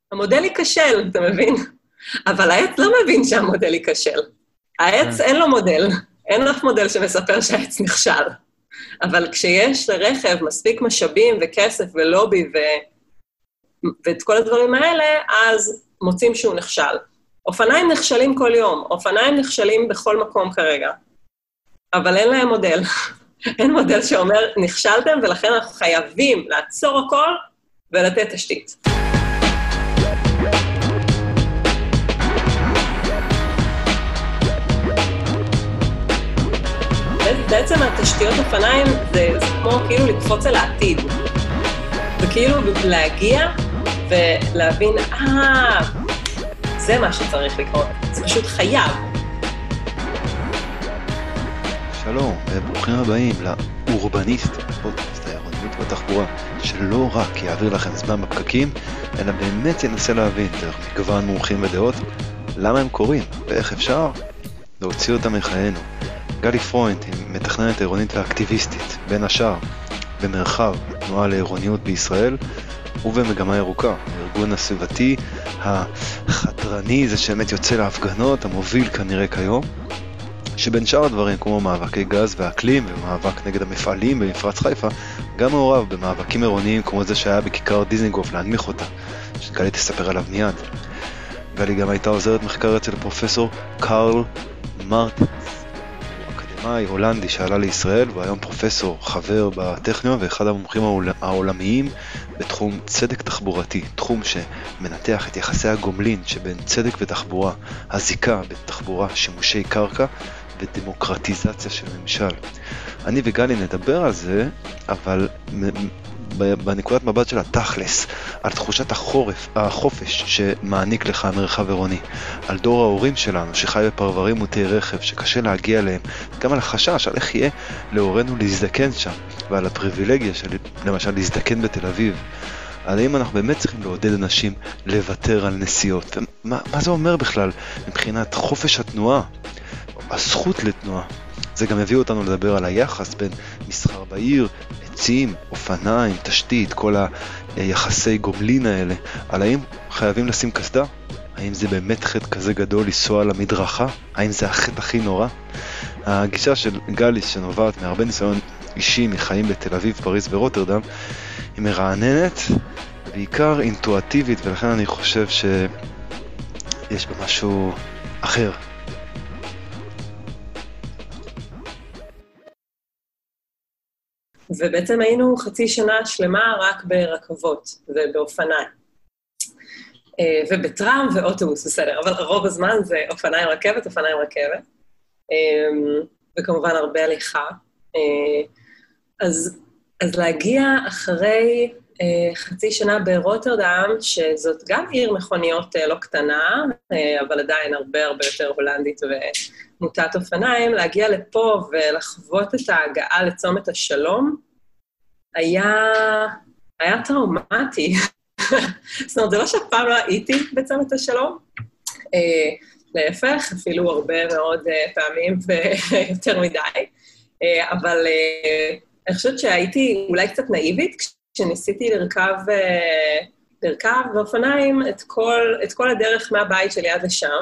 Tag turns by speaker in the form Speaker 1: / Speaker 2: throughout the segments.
Speaker 1: המודל ייכשל, אתה מבין? אבל העץ לא מבין שהמודל ייכשל. העץ אין לו מודל, אין אף מודל שמספר שהעץ נכשל. אבל כשיש לרכב מספיק משאבים וכסף ולובי ואת כל הדברים האלה, אז מוצאים שהוא נכשל. אופניים נכשלים כל יום, אופניים נכשלים בכל מקום כרגע, אבל אין להם מודל. אין מודל שאומר, נכשלתם, ולכן אנחנו חייבים לעצור הכל ולתת תשתית. בעצם התשתיות אופניים זה כמו כאילו לקפוץ על העתיד. זה כאילו להגיע ולהבין, זה מה שצריך לקרות. זה פשוט חייב.
Speaker 2: שלום, ברוכים הבאים לאורבניסט, פודקאסט העירוניות והתחבורה, שלא רק יעביר לכם זמן בפקקים, אלא באמת ינסה להבין דרך מגוון מומחים ודעות, למה הם קורים ואיך אפשר להוציא אותם מחיינו. גלי פרוינט היא מתכננת עירונית ואקטיביסטית, בין השאר במרחב התנועה לעירוניות בישראל ובמגמה ירוקה, הארגון הסביבתי החתרני, זה שבאמת יוצא להפגנות, המוביל כנראה כיום, שבין שאר הדברים כמו מאבקי גז ואקלים ומאבק נגד המפעלים במפרץ חיפה, גם מעורב במאבקים עירוניים כמו זה שהיה בכיכר דיזנגוף להנמיך אותה, שגלי תספר עליו מיד. גלי גם הייתה עוזרת מחקר אצל פרופסור קארל מרטינס, אקדמאי הולנדי שעלה לישראל, והיום פרופסור חבר בטכניון ואחד המומחים העולמיים בתחום צדק תחבורתי, תחום שמנתח את יחסי הגומלין שבין צדק ותחבורה, הזיקה בין תחבורה, שימושי קרקע ודמוקרטיזציה של ממשל. אני וגלי נדבר על זה, אבל בנקודת מבט של התכלס, על תחושת החופש שמעניק לך המרחב עירוני, על דור ההורים שלנו שחי בפרברים מוטי רכב שקשה להגיע אליהם, גם על החשש על איך יהיה להורינו להזדקן שם, ועל הפריבילגיה של למשל להזדקן בתל אביב, על האם אנחנו באמת צריכים לעודד אנשים לוותר על נסיעות, מה זה אומר בכלל מבחינת חופש התנועה, הזכות לתנועה. זה גם הביא אותנו לדבר על היחס בין מסחר בעיר, עצים, אופניים, תשתית, כל היחסי גומלין האלה, על האם חייבים לשים קסדה? האם זה באמת חטא כזה גדול לנסוע על המדרכה? האם זה החטא הכי נורא? הגישה של גלי שנובעת מהרבה ניסיון אישי מחיים בתל אביב, פריז ורוטרדם, היא מרעננת, בעיקר אינטואטיבית, ולכן אני חושב שיש בה משהו אחר.
Speaker 1: ובעצם היינו חצי שנה שלמה רק ברכבות ובאופניים. ובטרם ואוטובוס, בסדר, אבל רוב הזמן זה אופניים רכבת, וכמובן הרבה הליכה. אז להגיע אחרי חצי שנה ברוטרדם, שזאת גם עיר מכוניות לא קטנה, אבל עדיין הרבה יותר הולנדית ומוטת אופניים, להגיע לפה ולחוות את ההגעה לצומת השלום, היה טראומטי. זאת אומרת, זה לא שפעם לא הייתי בצומת השלום, להפך, אפילו הרבה מאוד פעמים ויותר מדי, אבל אני חושבת שהייתי אולי קצת נאיבית, כשניסיתי לרכב באופניים את כל הדרך מהבית שלי עד לשם,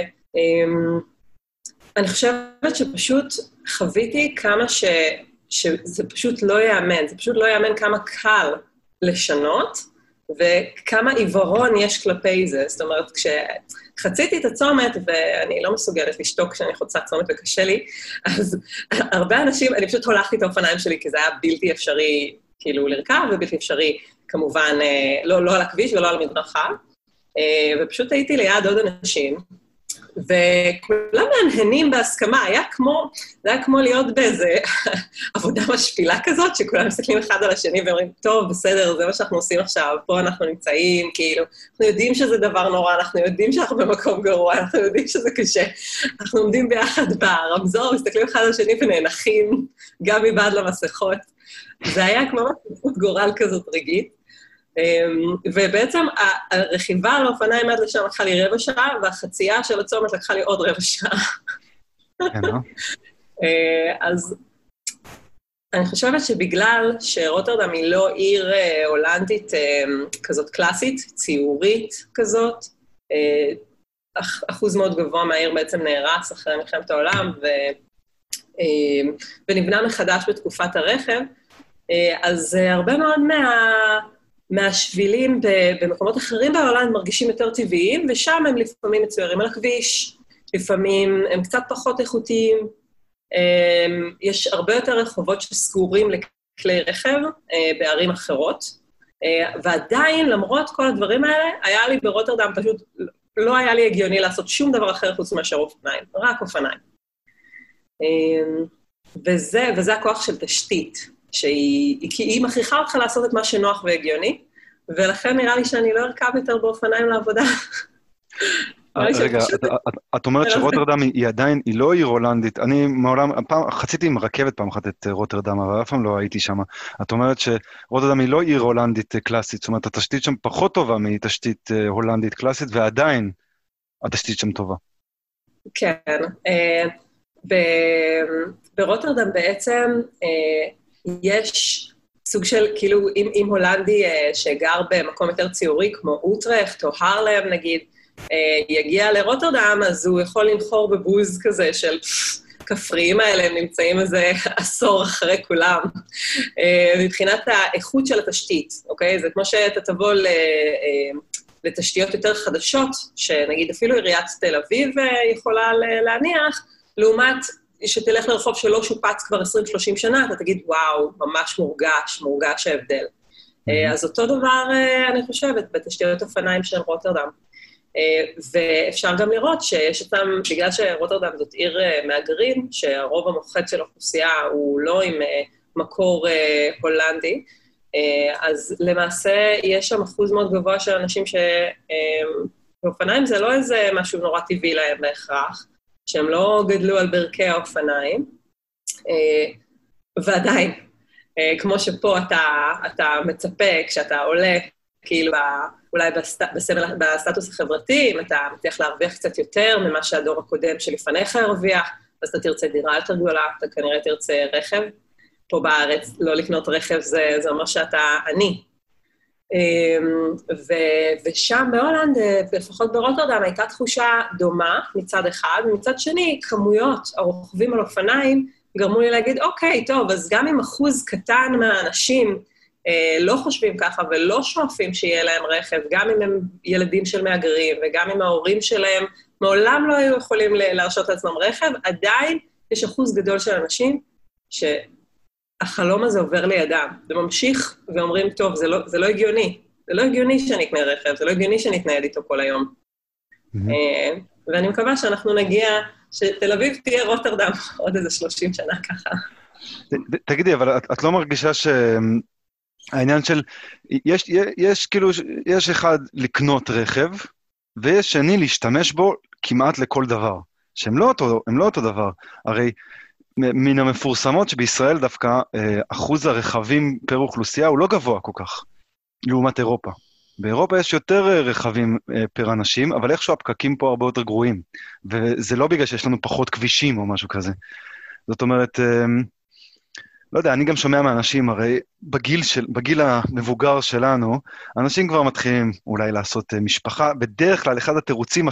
Speaker 1: ואני חושבת שפשוט חוויתי כמה שזה פשוט לא יאמן, זה פשוט לא יאמן כמה קל לשנות, וכמה עיוורון יש כלפי זה. זאת אומרת, כשחציתי את הצומת, ואני לא מסוגלת לשתוק כשאני חוצה צומת וקשה לי, אז הרבה אנשים, אני פשוט הולכתי את האופניים שלי, כי זה היה בלתי אפשרי כאילו לרכב, ובלתי אפשרי כמובן לא על הכביש ולא על המדרכה, ופשוט הייתי ליד עוד אנשים, וכולם מהנהנים בהסכמה, זה היה כמו להיות באיזה עבודה משפילה כזאת, שכולם מסתכלים אחד על השני ואומרים, טוב, בסדר, זה מה שאנחנו עושים עכשיו, פה אנחנו נמצאים, כאילו, אנחנו יודעים שזה דבר נורא, אנחנו יודעים שאנחנו במקום גרוע, אנחנו יודעים שזה קשה, אנחנו עומדים ביחד ברמזור, מסתכלים אחד על השני ונאנחים, גם מבעד למסכות, זה היה כמו מסכות גורל כזאת רגעית, ובעצם הרכיבה על האופניים עד לשם לקחה לי 15 שעה, והחצייה של הצומת לקחה לי עוד 15 שעה. אז אני חושבת שבגלל שרוטרדם היא לא עיר הולנדית כזאת קלאסית, ציורית כזאת, אחוז מאוד גבוה מהעיר בעצם נהרס אחרי מלחמת העולם, ונבנה מחדש בתקופת הרכב, אז הרבה מאוד מהשבילים במקומות אחרים בהולנד מרגישים יותר טבעיים, ושם הם לפעמים מצוירים על הכביש, לפעמים הם קצת פחות איכותיים, יש הרבה יותר רחובות שסגורים לכלי רכב בערים אחרות, ועדיין, למרות כל הדברים האלה, היה לי ברוטרדם פשוט, לא היה לי הגיוני לעשות שום דבר אחר חוץ מאשר אופניים, רק אופניים. וזה הכוח של תשתית, שהיא מכריחה אותך לעשות את מה שנוח והגיוני, ולכן נראה לי שאני לא ארכב יותר באופניים לעבודה.
Speaker 2: רגע, את אומרת שרוטרדם היא עדיין, היא לא עיר הולנדית, אני מעולם, חציתי עם רכבת פעם אחת את רוטרדם, אבל אף פעם לא הייתי שם. את אומרת שרוטרדם היא לא עיר הולנדית קלאסית, זאת אומרת, התשתית שם פחות טובה מתשתית הולנדית קלאסית, ועדיין התשתית שם טובה.
Speaker 1: כן, ברוטרדם בעצם יש סוג של, כאילו, אם הולנדי שגר במקום יותר ציורי, כמו אוטרחט או הרלם נגיד, יגיע לרוטרדם, אז הוא יכול לנחור בבוז כזה של כפריים האלה, הם נמצאים איזה עשור אחרי כולם, מבחינת האיכות של התשתית, אוקיי? זה כמו שאתה תבוא לתשתיות יותר חדשות, שנגיד אפילו עיריית תל אביב יכולה להניח, לעומת שתלך לרחוב שלא שופץ כבר 20-30 שנה, אתה תגיד, וואו, ממש מורגש ההבדל. אז אותו דבר, אני חושבת, בתשתיות אופניים של רוטרדם. ואפשר גם לראות שיש אותם, בגלל שרוטרדם זאת עיר מהגרים, שהרוב המוחץ של האוכלוסייה הוא לא עם מקור הולנדי, אז למעשה יש שם אחוז מאוד גבוה של אנשים שבאופניים זה לא איזה משהו נורא טבעי להם בהכרח, שהם לא גדלו על ברכי האופניים, ועדיין, כמו שפה אתה מצפה, כשאתה עולה, כאילו אולי בסטטוס החברתי, אם אתה מצליח להרוויח קצת יותר ממה שהדור הקודם שלפניך הרוויח, אז אתה תרצה דירה יותר גדולה, אתה כנראה תרצה רכב. פה בארץ לא לקנות רכב זה אומר שאתה עני. ושם בהולנד, לפחות ברוטרדם, הייתה תחושה דומה מצד אחד, ומצד שני, כמויות הרוכבים על אופניים גרמו לי להגיד, אוקיי, טוב, אז גם אם אחוז קטן מהאנשים לא חושבים ככה ולא שואפים שיהיה להם רכב, גם אם הם ילדים של מהגרים, וגם אם ההורים שלהם מעולם לא היו יכולים להרשות לעצמם רכב, עדיין יש אחוז גדול של אנשים שהחלום הזה עובר לידם, וממשיך ואומרים, טוב, זה לא הגיוני, זה לא הגיוני שאני אקנה רכב, זה לא הגיוני שאני אתנייד איתו כל היום. ואני מקווה שאנחנו נגיע, שתל אביב תהיה רוטרדם עוד איזה 30 שנה ככה.
Speaker 2: תגידי, אבל את לא מרגישה העניין של, יש כאילו, יש אחד לקנות רכב, ויש שני להשתמש בו כמעט לכל דבר, שהם לא אותו דבר. הרי מן המפורסמות שבישראל דווקא, אחוז הרכבים פר אוכלוסייה הוא לא גבוה כל כך, לעומת אירופה. באירופה יש יותר רכבים פר אנשים, אבל איכשהו הפקקים פה הרבה יותר גרועים, וזה לא בגלל שיש לנו פחות כבישים או משהו כזה. זאת אומרת, לא יודע, אני גם שומע מאנשים, הרי בגיל המבוגר שלנו, אנשים כבר מתחילים אולי לעשות משפחה, בדרך כלל אחד התירוצים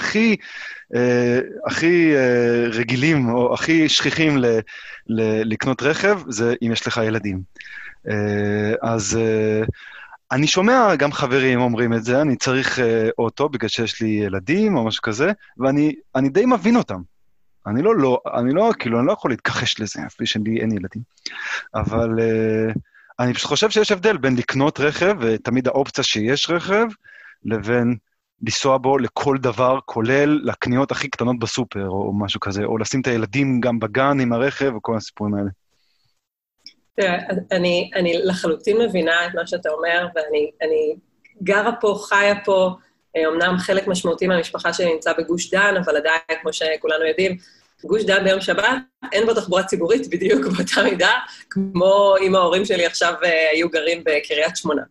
Speaker 2: הכי רגילים, או הכי שכיחים לקנות רכב, זה אם יש לך ילדים. אז אני שומע גם חברים אומרים את זה, אני צריך אוטו בגלל שיש לי ילדים או משהו כזה, ואני די מבין אותם. אני לא יכול להתכחש לזה, אפילו שלי אין ילדים. אבל אני פשוט חושב שיש הבדל בין לקנות רכב, ותמיד האופציה שיש רכב, לבין לנסוע בו לכל דבר, כולל לקניות הכי קטנות בסופר, או משהו כזה, או לשים את הילדים גם בגן עם הרכב, וכל הסיפורים האלה.
Speaker 1: אני לחלוטין מבינה את מה שאתה אומר, ואני גרה פה, חיה פה, אמנם חלק משמעותי מהמשפחה שלי נמצא בגוש דן, אבל עדיין, כמו שכולנו יודעים, גוש דן ביום שבת, אין בו תחבורה ציבורית בדיוק באותה מידה, כמו אם ההורים שלי עכשיו היו גרים בקריית שמונה.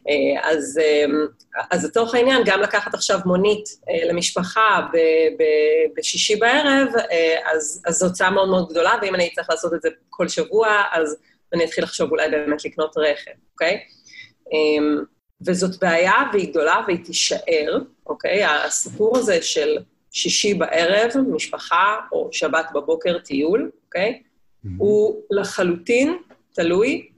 Speaker 1: אז לצורך העניין, גם לקחת עכשיו מונית למשפחה בשישי בערב, אז זו הוצאה מאוד מאוד גדולה, ואם אני צריך לעשות את זה כל שבוע, אז ואני אתחיל לחשוב אולי באמת לקנות רכב, אוקיי? וזאת בעיה והיא גדולה והיא תישאר, אוקיי? הסיפור הזה של שישי בערב, משפחה, או שבת בבוקר טיול, אוקיי? הוא לחלוטין תלוי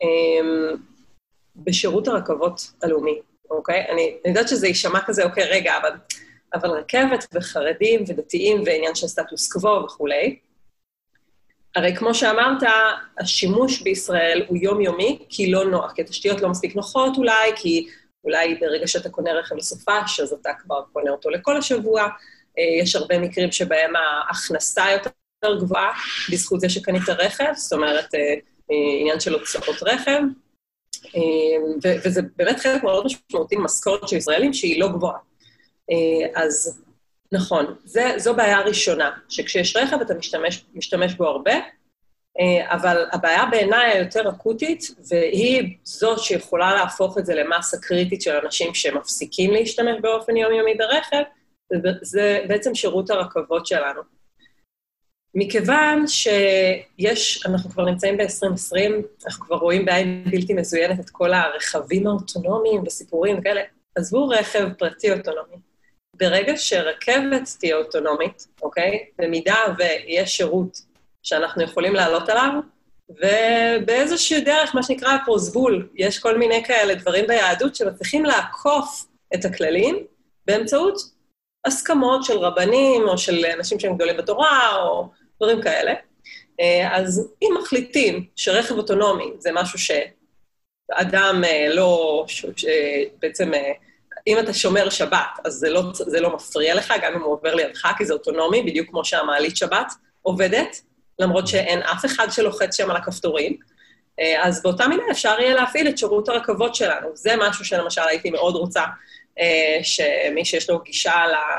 Speaker 1: בשירות הרכבות הלאומי, אוקיי? אני יודעת שזה יישמע כזה, אוקיי, רגע, אבל רכבת וחרדים ודתיים ועניין של סטטוס קוו וכולי, הרי כמו שאמרת, השימוש בישראל הוא יומיומי, כי לא נוח, כי התשתיות לא מספיק נוחות אולי, כי אולי ברגע שאתה קונה רכב לסופש, אז אתה כבר קונה אותו לכל השבוע, יש הרבה מקרים שבהם ההכנסה יותר גבוהה, בזכות זה שקנית רכב, זאת אומרת, עניין של הוצאות רכב, וזה באמת חלק מאוד משמעותי משכורת של ישראלים, שהיא לא גבוהה. אז נכון, זו בעיה ראשונה, שכשיש רכב אתה משתמש בו הרבה, אבל הבעיה בעיניי היותר אקוטית, והיא זאת שיכולה להפוך את זה למסה קריטית של אנשים שמפסיקים להשתמש באופן יומיומי ברכב, זה בעצם שירות הרכבות שלנו. מכיוון אנחנו כבר נמצאים ב-2020, אנחנו כבר רואים בעין בלתי מזוינת את כל הרכבים האוטונומיים וסיפורים וכאלה, עזבו רכב פרטי אוטונומי. ברגע שרכבת תהיה אוטונומית, אוקיי? במידה ויש שירות שאנחנו יכולים לעלות עליו, ובאיזושהי דרך, מה שנקרא פרוזבול, יש כל מיני כאלה דברים ביהדות שמצליחים לעקוף את הכללים, באמצעות הסכמות של רבנים, או של אנשים שהם גדולים בתורה, או דברים כאלה. אז אם מחליטים שרכב אוטונומי זה משהו שאדם לא, בעצם, אם אתה שומר שבת, אז זה לא מפריע לך, גם אם הוא עובר לידך, כי זה אוטונומי, בדיוק כמו שהמעלית שבת עובדת, למרות שאין אף אחד שלוחץ שם על הכפתורים, אז באותה מידה אפשר יהיה להפעיל את שירות הרכבות שלנו. זה משהו שלמשל הייתי מאוד רוצה, שמי שיש לו גישה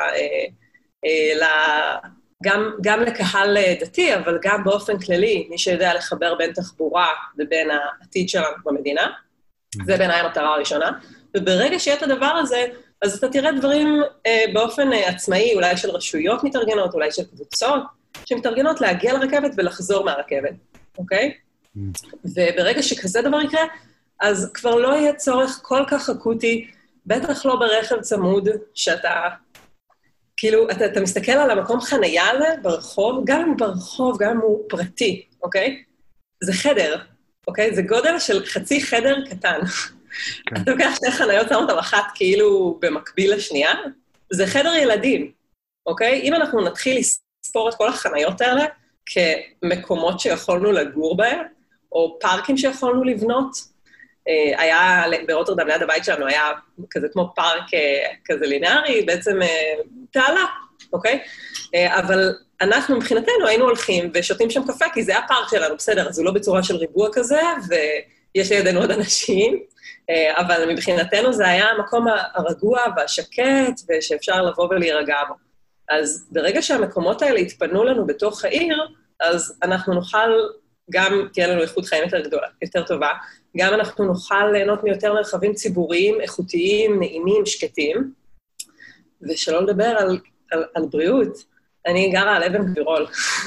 Speaker 1: גם לקהל דתי, אבל גם באופן כללי, מי שיודע לחבר בין תחבורה ובין העתיד שלנו במדינה, זה בעיניי המטרה הראשונה, וברגע שיהיה את הדבר הזה, אז אתה תראה דברים באופן עצמאי, אולי של רשויות מתארגנות, אולי של קבוצות, שמתארגנות להגיע לרכבת ולחזור מהרכבת, אוקיי? וברגע שכזה דבר יקרה, אז כבר לא יהיה צורך כל כך אקוטי, בטח לא ברכב צמוד, שאתה, כאילו, אתה מסתכל על המקום חנייה הזה ברחוב, גם ברחוב, גם הוא פרטי, אוקיי? זה חדר, אוקיי? זה גודל של חצי חדר קטן. אתה לוקח שתי חניות, שם אותם אחת כאילו במקביל לשנייה, זה חדר ילדים, אוקיי? אם אנחנו נתחיל לספור את כל החניות האלה כמקומות שיכולנו לגור בהם, או פארקים שיכולנו לבנות, היה ברוטרדם ליד הבית שלנו, היה כזה כמו פארק כזה לינארי, בעצם תעלה, אוקיי? אבל אנחנו מבחינתנו היינו הולכים ושותים שם קפה, כי זה הפארק שלנו, בסדר, אז הוא לא בצורה של ריבוע כזה, ויש לידינו עוד אנשים, אבל מבחינתנו זה היה המקום הרגוע והשקט, ושאפשר לבוא ולהירגע בו. אז ברגע שהמקומות האלה יתפנו לנו בתוך העיר, אז אנחנו נוכל, גם תהיה לנו איכות חיים יותר טובה, גם אנחנו נוכל ליהנות מיותר מרחבים ציבוריים, איכותיים, נעימים, שקטים, ושלא לדבר על בריאות. אני גרה על אבן גבירול.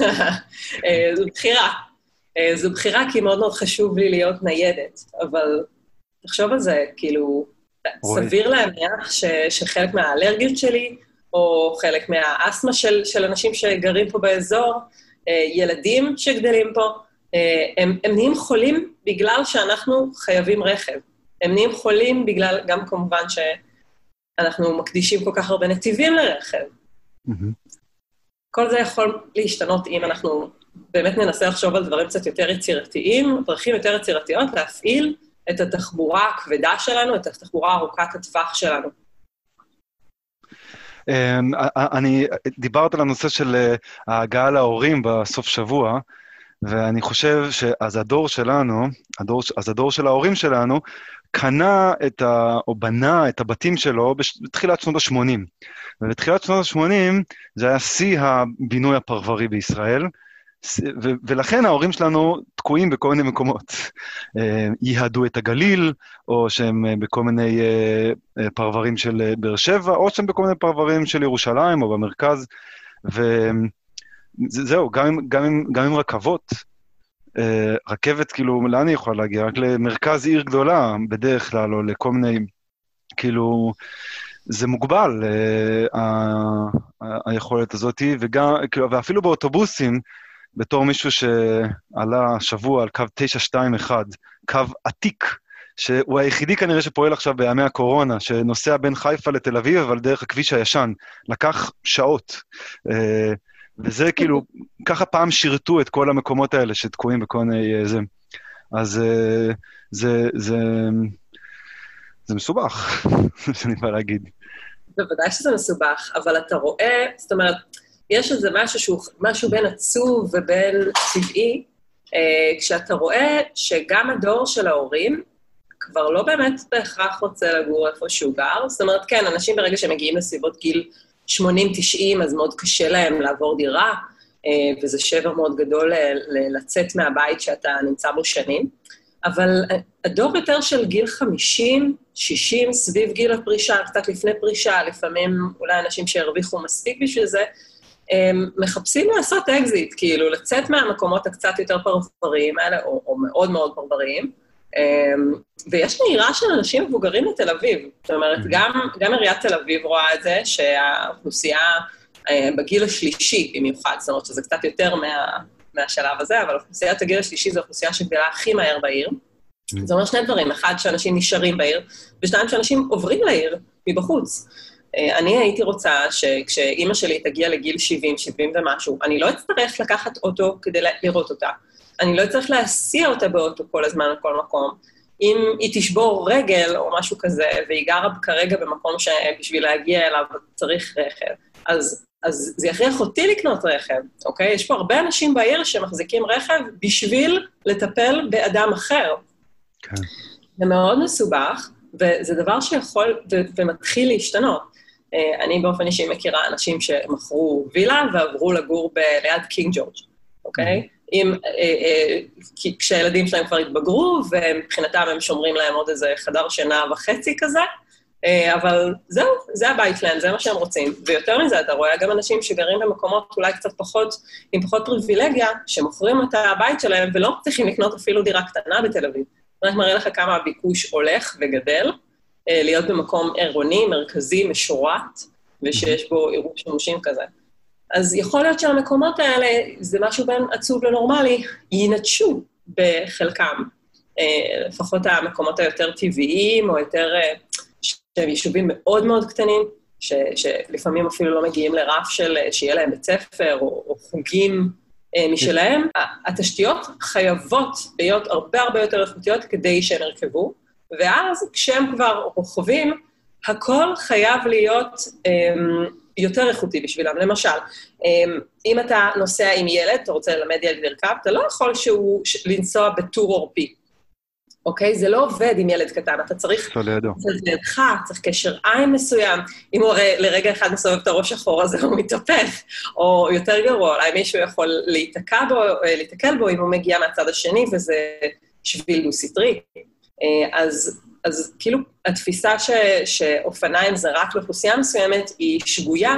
Speaker 1: זו בחירה. זו בחירה כי מאוד מאוד חשוב לי להיות ניידת, אבל תחשוב על זה, כאילו, סביר להניח שחלק מהאלרגיות שלי, או חלק מהאסמה של אנשים שגרים פה באזור, ילדים שגדלים פה, הם נהיים חולים בגלל שאנחנו חייבים רכב. הם נהיים חולים בגלל, גם כמובן שאנחנו מקדישים כל כך הרבה נתיבים לרכב. כל זה יכול להשתנות אם אנחנו באמת ננסה לחשוב על דברים קצת יותר יצירתיים, דרכים יותר יצירתיות, להפעיל את התחבורה הכבדה שלנו, את התחבורה ארוכת הטווח שלנו.
Speaker 2: אני דיברת על הנושא של ההגעה להורים בסוף שבוע, ואני חושב שאז הדור שלנו, הדור של ההורים שלנו, קנה או בנה את הבתים שלו בתחילת שנות ה-80. ובתחילת שנות ה-80 זה היה שיא הבינוי הפרברי בישראל, ולכן ההורים שלנו תקועים בכל מיני מקומות. ייהדו את הגליל, או שהם בכל מיני פרברים של באר שבע, או שהם בכל מיני פרברים של ירושלים, או במרכז, וזהו, גם עם רכבות, רכבת, כאילו, לאן היא יכולה להגיע? רק למרכז עיר גדולה, בדרך כלל, או לכל מיני, כאילו, זה מוגבל, היכולת הזאת, וגם, כאילו, ואפילו באוטובוסים, בתור מישהו שעלה שבוע על קו 921, קו עתיק, שהוא היחידי כנראה שפועל עכשיו בימי הקורונה, שנוסע בין חיפה לתל אביב, אבל דרך הכביש הישן, לקח שעות. וזה כאילו, ככה פעם שירתו את כל המקומות האלה שתקועים בכל מיני זה. אז זה מסובך, שאני בא להגיד.
Speaker 1: בוודאי שזה מסובך, אבל אתה רואה, זאת אומרת, יש איזה משהו בין עצוב ובין טבעי, כשאתה רואה שגם הדור של ההורים כבר לא באמת בהכרח רוצה לגור איפה שהוא גר. זאת אומרת, כן, אנשים ברגע שמגיעים לסביבות גיל 80-90, אז מאוד קשה להם לעבור דירה, וזה שבר מאוד גדול לצאת מהבית שאתה נמצא בו שנים. אבל הדור יותר של גיל 50, 60, סביב גיל הפרישה, קצת לפני פרישה, לפעמים אולי אנשים שהרוויחו מספיק בשביל זה, מחפשים לעשות אקזיט, כאילו לצאת מהמקומות הקצת יותר פרבריים האלה, או מאוד מאוד פרבריים, ויש נהירה של אנשים מבוגרים לתל אביב. זאת אומרת, גם עיריית תל אביב רואה את זה, שהאוכלוסייה בגיל השלישי במיוחד, זאת אומרת שזה קצת יותר מהשלב הזה, אבל אוכלוסיית הגיל השלישי זו אוכלוסייה שגדלה הכי מהר בעיר. זה אומר שני דברים, אחד, שאנשים נשארים בעיר, ושתיים, שאנשים עוברים לעיר מבחוץ. אני הייתי רוצה שכשאימא שלי תגיע לגיל 70, 70 ומשהו, אני לא אצטרך לקחת אוטו כדי לראות אותה. אני לא אצטרך להסיע אותה באוטו כל הזמן לכל מקום. אם היא תשבור רגל או משהו כזה, והיא גרה כרגע במקום שבשביל להגיע אליו צריך רכב, אז זה יכריח אותי לקנות רכב, אוקיי? יש פה הרבה אנשים בעיר שמחזיקים רכב בשביל לטפל באדם אחר.
Speaker 2: כן. זה
Speaker 1: מאוד מסובך, וזה דבר שיכול ומתחיל להשתנות. אני באופן אישי מכירה אנשים שמכרו וילה ועברו לגור ליד קינג ג'ורג', אוקיי? כשהילדים שלהם כבר התבגרו, ומבחינתם הם שומרים להם עוד איזה חדר שינה וחצי כזה, אבל זהו, זה הבית שלהם, זה מה שהם רוצים. ויותר מזה, אתה רואה גם אנשים שגרים במקומות אולי קצת פחות, עם פחות פריבילגיה, שמוכרים את הבית שלהם ולא צריכים לקנות אפילו דירה קטנה בתל אביב. רק מראה לך כמה הביקוש הולך וגדל, להיות במקום עירוני, מרכזי, משורת, ושיש בו עירוב שימושים כזה. אז יכול להיות שהמקומות האלה, זה משהו בין עצוב לנורמלי, ינטשו בחלקם. לפחות המקומות היותר טבעיים, או יותר שהם יישובים מאוד מאוד קטנים, שלפעמים אפילו לא מגיעים לרף של שיהיה להם בית ספר, או חוגים משלהם. התשתיות חייבות להיות הרבה הרבה יותר איכותיות כדי שהם ירכבו, ואז כשהם כבר רוכבים, הכל חייב להיות יותר איכותי בשבילם. למשל, אם אתה נוסע עם ילד, אתה רוצה ללמד ילד לרכב, אתה לא יכול לנסוע בטור עורפי. אוקיי? זה לא עובד עם ילד קטן, אתה צריך לידך, צריך קשר עין מסוים, אם הוא לרגע אחד מסובב את הראש אחורה, אז הוא מתהפך, או יותר גרוע, אולי מישהו יכול להתקל בו אם הוא מגיע מהצד השני, וזה שביל דו-סטרי. אז כאילו התפיסה שאופניים זה רק לאוכלוסייה מסוימת, היא שגויה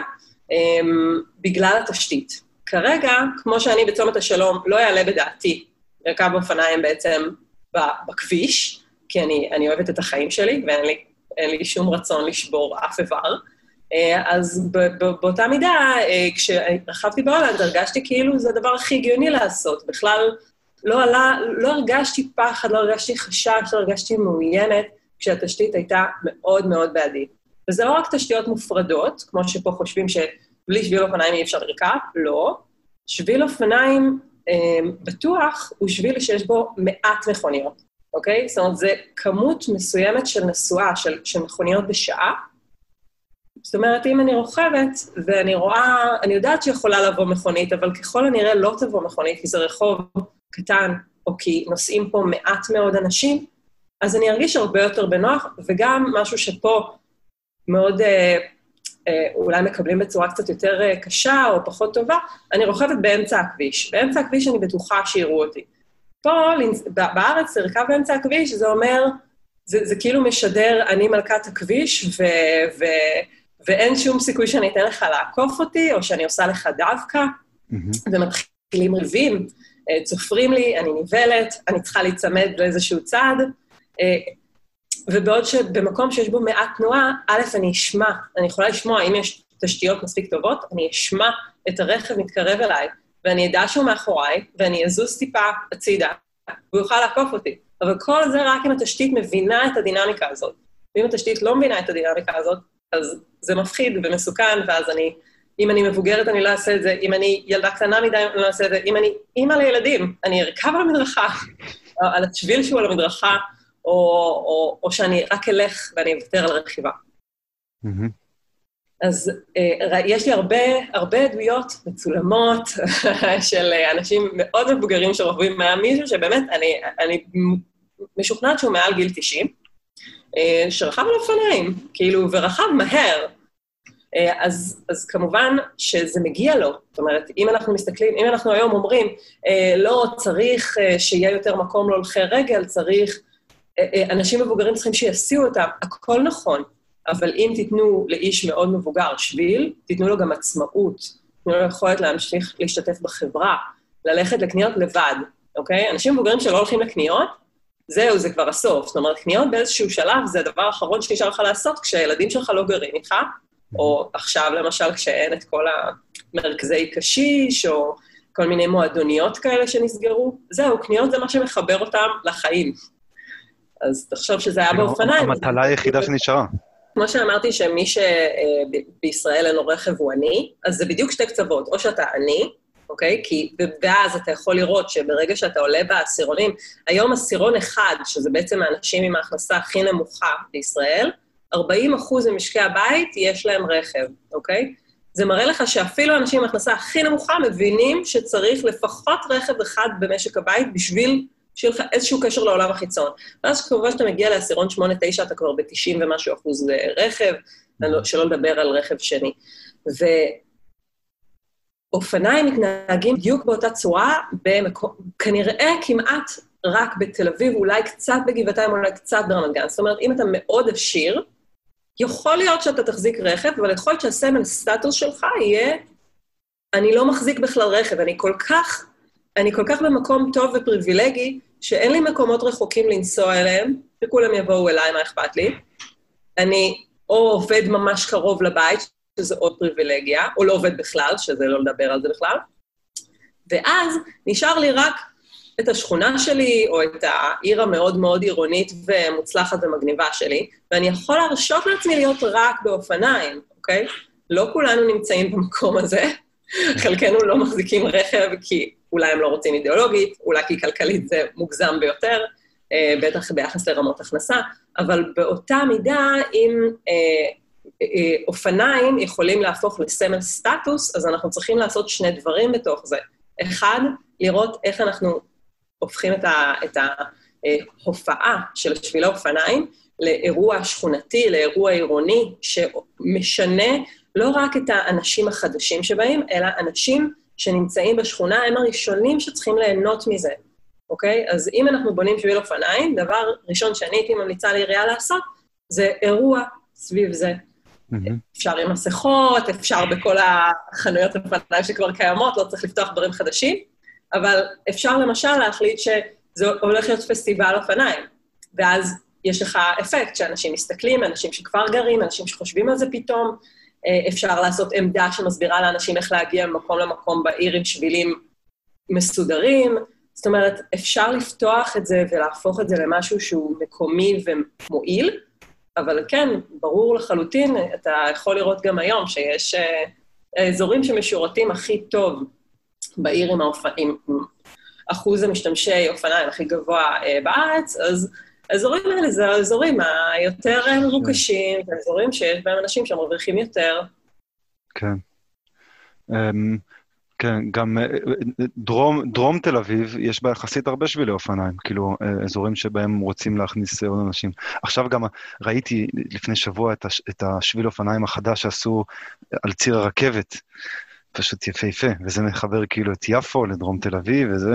Speaker 1: בגלל התשתית. כרגע, כמו שאני בצומת השלום, לא יעלה בדעתי, לרכב באופניים בעצם בכביש, כי אני אוהבת את החיים שלי, ואין לי שום רצון לשבור אף איבר. אז באותה מידה, כשרכבתי בהולנד, הרגשתי כאילו זה הדבר הכי הגיוני לעשות. בכלל לא הרגשתי פחד, לא הרגשתי חשש, לא הרגשתי מעוינת, כשהתשתית הייתה מאוד מאוד בעדית. וזה לא רק תשתיות מופרדות, כמו שפה חושבים שבלי שביל אופניים אי אפשר לרכב, לא. שביל אופניים בטוח הוא שביל שיש בו מעט מכוניות, אוקיי? זאת אומרת, זה כמות מסוימת של נסועה, של מכוניות בשעה. זאת אומרת, אם אני רוכבת ואני רואה, אני יודעת שיכולה לבוא מכונית, אבל ככל הנראה לא תבוא מכונית, כי זה רחוב קטן, או כי נוסעים פה מעט מאוד אנשים, אז אני ארגיש הרבה יותר בנוח, וגם משהו שפה מאוד אולי מקבלים בצורה קצת יותר קשה או פחות טובה, אני רוכבת באמצע הכביש. באמצע הכביש אני בטוחה שיראו אותי. פה, בארץ, לרכב באמצע הכביש, זה אומר, זה כאילו משדר, אני מלכת הכביש, ואין שום סיכוי שאני אתן לך לעקוף אותי, או שאני עושה לך דווקא, ומתחילים ריבים, צופרים לי, אני ניבלת, אני צריכה להיצמד לאיזשהו צעד, ובעוד שבמקום שיש בו מעט תנועה, א', אני אשמע, אני יכולה לשמוע, אם יש תשתיות מספיק טובות, אני אשמע את הרכב מתקרב אליי, ואני אדע שהוא מאחוריי, ואני אזוז טיפה הצידה, והוא יוכל לעקוף אותי. אבל כל זה רק אם התשתית מבינה את הדינמיקה הזאת. ואם התשתית לא מבינה את הדינמיקה הזאת, אז זה מפחיד ומסוכן, ואז אם אני מבוגרת, אני לא אעשה את זה, אם אני ילדה קטנה מדי, אני לא אעשה את זה, אם אני אימא לילדים, אני ארכב על המדרכה, על השביל שהוא על המדרכה, או שאני רק אלך ואני אוותר על רכיבה. אז יש לי הרבה עדויות מצולמות של אנשים מאוד מבוגרים שרוכבים מישהו שבאמת אני משוכנעת שהוא מעל גיל 90, שרכב על אופניים, כאילו, ורכב מהר. אז כמובן שזה מגיע לו. זאת אומרת, אם אנחנו מסתכלים, אם אנחנו היום אומרים, לא צריך שיהיה יותר מקום להולכי רגל, צריך, אנשים מבוגרים צריכים שיסיעו אותם, הכל נכון. אבל אם תיתנו לאיש מאוד מבוגר שביל, תיתנו לו גם עצמאות, תיתנו לו יכולת להמשיך להשתתף בחברה, ללכת לקניות לבד, אוקיי? אנשים מבוגרים שלא הולכים לקניות, זהו, זה כבר הסוף. זאת אומרת, קניות באיזשהו שלב זה הדבר האחרון שנשאר לך לעשות כשהילדים שלך לא גרים איתך, או עכשיו למשל כשאין את כל המרכזי קשיש, או כל מיני מועדוניות כאלה שנסגרו. זהו, קניות זה מה שמחבר אותם לחיים. אז תחשוב שזה היה באופניים.
Speaker 2: המטלה היחידה שנשארה.
Speaker 1: כמו שאמרתי שמי שבישראל אין לו רכב הוא עני, אז זה בדיוק שתי קצוות, או שאתה עני, אוקיי? כי ואז אתה יכול לראות שברגע שאתה עולה בעשירונים, היום עשירון אחד, שזה בעצם האנשים עם ההכנסה הכי נמוכה בישראל, 40% ממשקי הבית יש להם רכב, אוקיי? זה מראה לך שאפילו האנשים עם ההכנסה הכי נמוכה מבינים שצריך לפחות רכב אחד במשק הבית בשביל שיהיה לך איזשהו קשר לעולם החיצון. ואז כמובן שאתה מגיע לעשירון 8-9, אתה כבר ב-90 ומשהו אחוז רכב, שלא לדבר על רכב שני. ואופניים מתנהגים בדיוק באותה צורה, כנראה כמעט רק בתל אביב, אולי קצת בגבעתיים, אולי קצת ברמת גן. זאת אומרת, אם אתה מאוד עשיר, יכול להיות שאתה תחזיק רכב, אבל יכול להיות שהסמל סטטוס שלך יהיה, אני לא מחזיק בכלל רכב, אני כל כך במקום טוב ופריבילגי, שאין לי מקומות רחוקים לנסוע אליהם, שכולם יבואו אליי, מה אכפת לי. אני או עובד ממש קרוב לבית, שזה עוד פריבילגיה, או לא עובד בכלל, שזה לא לדבר על זה בכלל. ואז נשאר לי רק את השכונה שלי, או את העיר המאוד מאוד עירונית ומוצלחת ומגניבה שלי, ואני יכול להרשות לעצמי להיות רק באופניים, אוקיי? לא כולנו נמצאים במקום הזה, חלקנו לא מחזיקים רכב כי אולי הם לא רוצים אידיאולוגית, אולי כי כלכלית זה מוגזם ביותר, בטח ביחס לרמות הכנסה, אבל באותה מידה, אם אופניים יכולים להפוך לסמל סטטוס, אז אנחנו צריכים לעשות שני דברים בתוך זה. אחד, לראות איך אנחנו הופכים את ההופעה של שבילי אופניים לאירוע שכונתי, לאירוע עירוני, שמשנה לא רק את האנשים החדשים שבאים, אלא אנשים שנמצאים בשכונה, הם הראשונים שצריכים ליהנות מזה, אוקיי? אז אם אנחנו בונים שביל אופניים, דבר ראשון שאני הייתי ממליצה לעירייה לעשות, זה אירוע סביב זה. אפשר עם מסכות, אפשר בכל החנויות אופניים שכבר קיימות, לא צריך לפתוח דברים חדשים, אבל אפשר למשל להחליט שזה הולך להיות פסטיבל אופניים, ואז יש לך אפקט שאנשים מסתכלים, אנשים שכבר גרים, אנשים שחושבים על זה פתאום, אפשר לעשות עמדה שמסבירה לאנשים איך להגיע ממקום למקום בעיר עם שבילים מסודרים, זאת אומרת, אפשר לפתוח את זה ולהפוך את זה למשהו שהוא מקומי ומועיל, אבל כן, ברור לחלוטין, אתה יכול לראות גם היום שיש אזורים שמשורתים הכי טוב בעיר עם אחוז המשתמשי אופניים הכי גבוה בארץ, אז האזורים האלה זה האזורים היותר מרוכשים, האזורים שיש בהם אנשים שמרוויחים יותר.
Speaker 2: כן. כן, גם דרום תל אביב, יש בה יחסית הרבה שבילי אופניים, כאילו אזורים שבהם רוצים להכניס עוד אנשים. עכשיו גם ראיתי לפני שבוע את השביל אופניים החדש שעשו על ציר הרכבת, פשוט יפהפה, וזה מחבר כאילו את יפו לדרום תל אביב, וזה...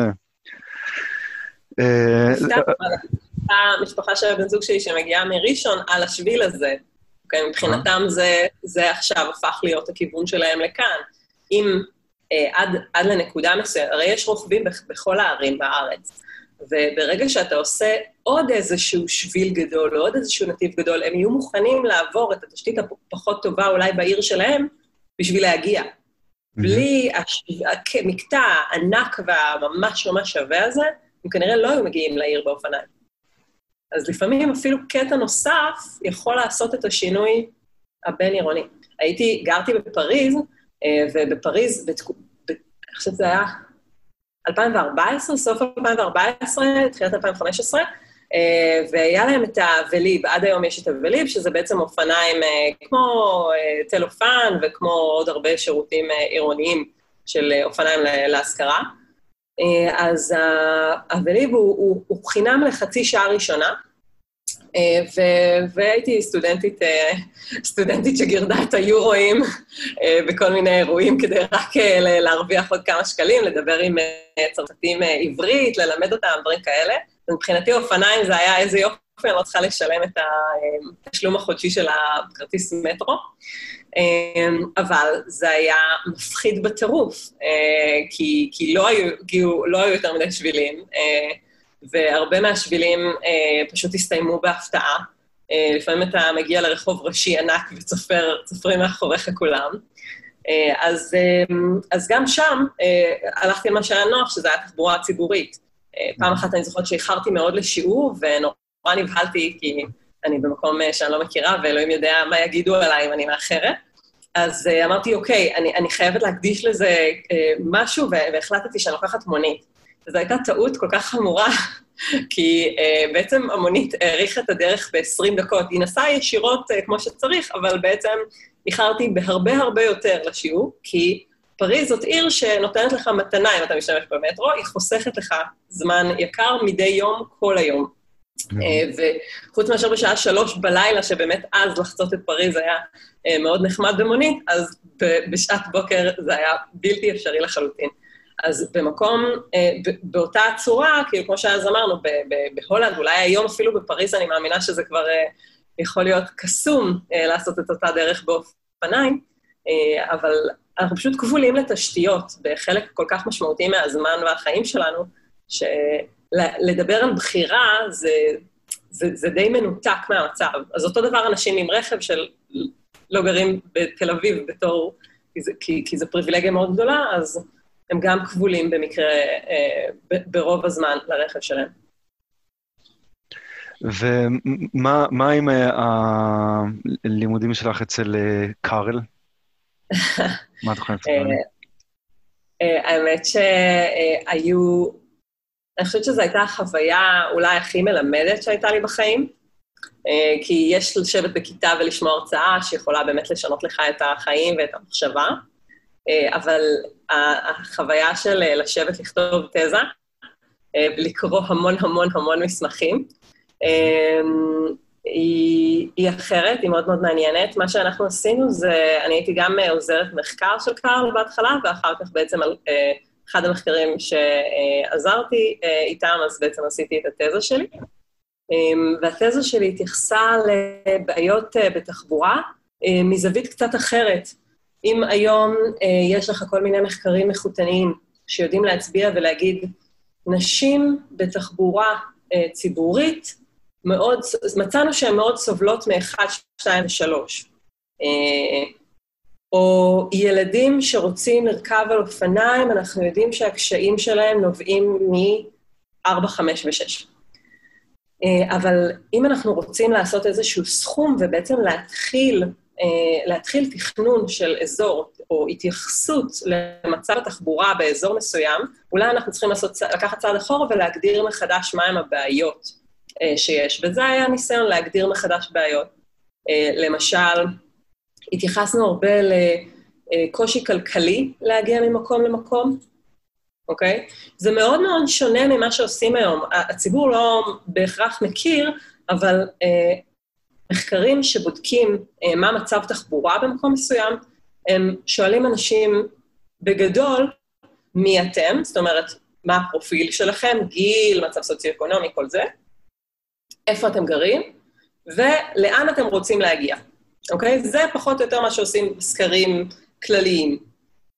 Speaker 1: המשפחה של הבן זוג שלי שמגיעה מראשון על השביל הזה, מבחינתם זה עכשיו הפך להיות הכיוון שלהם לכאן. אם עד לנקודה מסוימת. הרי יש רוכבים בכל הערים בארץ, וברגע שאתה עושה עוד איזשהו שביל גדול, או עוד איזשהו נתיב גדול, הם יהיו מוכנים לעבור את התשתית הפחות טובה אולי בעיר שלהם, בשביל להגיע. בלי המקטע הענק והממש ממש שווה הזה, הם כנראה לא היו מגיעים לעיר באופניים. אז לפעמים אפילו קטע נוסף יכול לעשות את השינוי הבין-עירוני. גרתי בפריז, ובפריז, אני חושבת זה היה 2014, סוף 2014, תחילת 2015, והיה להם את הווליב, עד היום יש את הווליב, שזה בעצם אופניים כמו טלופן, וכמו עוד הרבה שירותים עירוניים של אופניים להשכרה. אז הווליב הוא חינם לחצי שעה ראשונה, והייתי סטודנטית שגירדה את היורואים בכל מיני אירועים, כדי רק להרוויח עוד כמה שקלים, לדבר עם צרפתים עברית, ללמד אותם, דברים כאלה. מבחינתי אופניים זה היה איזה יופי, אני לא צריכה לשלם את התשלום החודשי של הכרטיס מטרו, אבל זה היה מפחיד בטירוף, כי לא היו יותר מדי שבילים, והרבה מהשבילים פשוט הסתיימו בהפתעה. לפעמים אתה מגיע לרחוב ראשי ענק וצופרים מאחוריך כולם. אז גם שם הלכתי על מה שהיה נוח, שזה היה תחבורה ציבורית. פעם אחת אני זוכרת שאיחרתי מאוד לשיעור, ונורא נבהלתי, כי אני במקום שאני לא מכירה, ואלוהים יודע מה יגידו עליי אם אני מאחרת. אז אמרתי, אוקיי, אני חייבת להקדיש לזה משהו, והחלטתי שאני לוקחת מונית. וזו הייתה טעות כל כך חמורה, כי בעצם המונית העריכה את הדרך ב-20 דקות. היא נסעה ישירות כמו שצריך, אבל בעצם איחרתי בהרבה הרבה יותר לשיעור, כי פריז זאת עיר שנותנת לך מתנה אם אתה משתמש במטרו, היא חוסכת לך זמן יקר מדי יום, כל היום. וחוץ מאשר בשעה 3 בלילה, שבאמת אז לחצות את פריז היה מאוד נחמד במונית, אז בשעת בוקר זה היה בלתי אפשרי לחלוטין. אז במקום, באותה צורה, כאילו כמו שאז אמרנו, בהולנד, אולי היום אפילו בפריז, אני מאמינה שזה כבר יכול להיות קסום לעשות את אותה דרך באופניים, אבל אנחנו פשוט כבולים לתשתיות, בחלק כל כך משמעותי מהזמן והחיים שלנו, שלדבר על בחירה זה די מנותק מהמצב. אז אותו דבר אנשים עם רכב של לא גרים בתל אביב בתור, כי זו פריבילגיה מאוד גדולה, אז הם גם כבולים במקרה, ברוב הזמן לרכב שלהם.
Speaker 2: ומה עם הלימודים שלך אצל קארל? מה את יכולה לספר לי?
Speaker 1: האמת שהיו, אני חושבת שזו הייתה החוויה אולי הכי מלמדת שהייתה לי בחיים, כי יש לשבת בכיתה ולשמוע הרצאה שיכולה באמת לשנות לך את החיים ואת המחשבה, אבל החוויה של לשבת לכתוב תזה, לקרוא המון המון המון מסמכים, היא אחרת, היא מאוד מאוד מעניינת. מה שאנחנו עשינו זה, אני הייתי גם עוזרת מחקר של קארל בהתחלה, ואחר כך בעצם על אחד המחקרים שעזרתי איתם, אז בעצם עשיתי את התזה שלי. והתזה שלי התייחסה לבעיות בתחבורה, מזווית קצת אחרת. אם היום יש לך כל מיני מחקרים איכותניים שיודעים להצביע ולהגיד, נשים בתחבורה ציבורית, מצאנו שהן מאוד סובלות מ-1, 2 ו-3. או ילדים שרוצים לרכב על אופניים, אנחנו יודעים שהקשיים שלהם נובעים מ-4, 5 ו-6. אבל אם אנחנו רוצים לעשות איזשהו סכום, ובעצם להתחיל תכנון של אזור, או התייחסות למצב התחבורה באזור מסוים, אולי אנחנו צריכים לקחת צעד אחורה ולהגדיר מחדש מהם הבעיות שיש. וזה היה ניסיון להגדיר מחדש בעיות. למשל, התייחסנו הרבה לקושי כלכלי להגיע ממקום למקום, אוקיי? זה מאוד מאוד שונה ממה שעושים היום. הציבור לא בהכרח מכיר, אבל מחקרים שבודקים מה מצב תחבורה במקום מסוים, הם שואלים אנשים בגדול מי אתם, זאת אומרת, מה הפרופיל שלכם, גיל, מצב סוציו-אקונומי, כל זה, איפה אתם גרים, ולאן אתם רוצים להגיע, אוקיי? זה פחות או יותר מה שעושים בסקרים כלליים.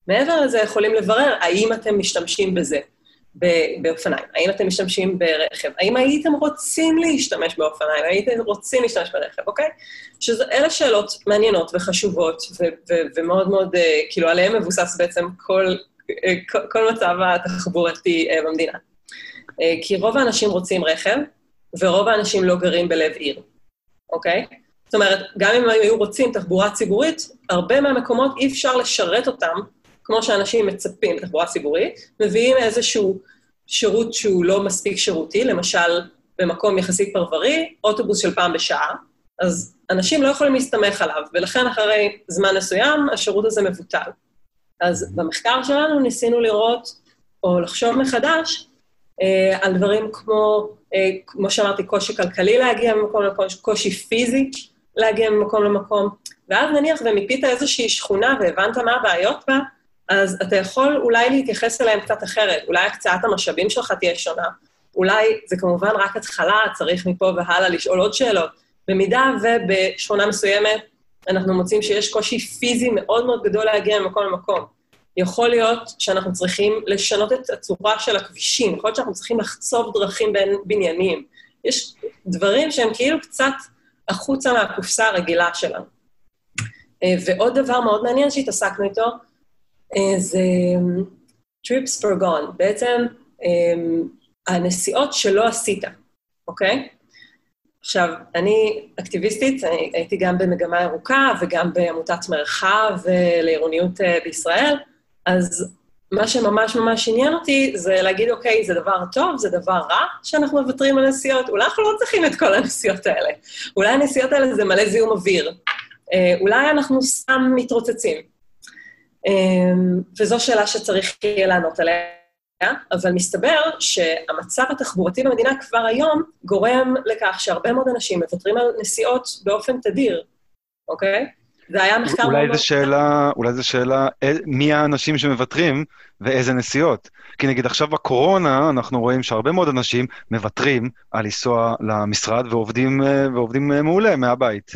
Speaker 1: מעבר לזה יכולים לברר האם אתם משתמשים בזה באופניים, האם אתם משתמשים ברכב, האם הייתם רוצים להשתמש באופניים, הייתם רוצים להשתמש ברכב, אוקיי? אלה שאלות מעניינות וחשובות, ומאוד מאוד, כאילו, עליהם מבוסס בעצם כל מצב התחבורתי במדינה. כי רוב האנשים רוצים רכב, ורוב האנשים לא גרים בלב עיר, אוקיי? זאת אומרת, גם אם היו רוצים תחבורה ציבורית, הרבה מהמקומות אי אפשר לשרת אותם, כמו שאנשים מצפים בתחבורה ציבורית, מביאים איזשהו שירות שהוא לא מספיק שירותי, למשל במקום יחסית פרברי, אוטובוס של פעם בשעה, אז אנשים לא יכולים להסתמך עליו, ולכן אחרי זמן מסוים השירות הזה מבוטל. אז במחקר שלנו ניסינו לראות, או לחשוב מחדש, על דברים כמו שאמרתי, קושי כלכלי להגיע ממקום למקום, קושי פיזי להגיע ממקום למקום, ואז נניח ומיפית איזושהי שכונה והבנת מה הבעיות בה, אז אתה יכול אולי להתייחס אליהם קצת אחרת, אולי הקצאת המשאבים שלך תהיה שונה, אולי זה כמובן רק התחלה, צריך מפה והלאה לשאול עוד שאלות, במידה ובשכונה מסוימת אנחנו מוצאים שיש קושי פיזי מאוד מאוד גדול להגיע ממקום למקום. יכול להיות שאנחנו צריכים לשנות את הצורה של הכבישים, יכול להיות שאנחנו צריכים לחצוב דרכים בין בניינים. יש דברים שהם כאילו קצת החוצה מהקופסה הרגילה שלנו. ועוד דבר מאוד מעניין שהתעסקנו איתו, זה trips for gone, בעצם הנסיעות שלא עשית, אוקיי? עכשיו, אני אקטיביסטית, אני הייתי גם במגמה ירוקה וגם בעמותת מרחב לעירוניות בישראל, אז מה שממש ממש עניין אותי זה להגיד, אוקיי, זה דבר טוב, זה דבר רע שאנחנו מוותרים על נסיעות, אולי אנחנו לא צריכים את כל הנסיעות האלה, אולי הנסיעות האלה זה מלא זיהום אוויר, אולי אנחנו סתם מתרוצצים, וזו שאלה שצריך לענות עליה, אבל מסתבר שהמצב התחבורתי במדינה כבר היום גורם לכך שהרבה מאוד אנשים מוותרים על נסיעות באופן תדיר, אוקיי? זה היה מחקר מאוד...
Speaker 2: אולי זו שאלה מי האנשים שמוותרים ואיזה נסיעות. כי נגיד עכשיו בקורונה אנחנו רואים שהרבה מאוד אנשים מוותרים על לנסוע למשרד ועובדים מעולה מהבית.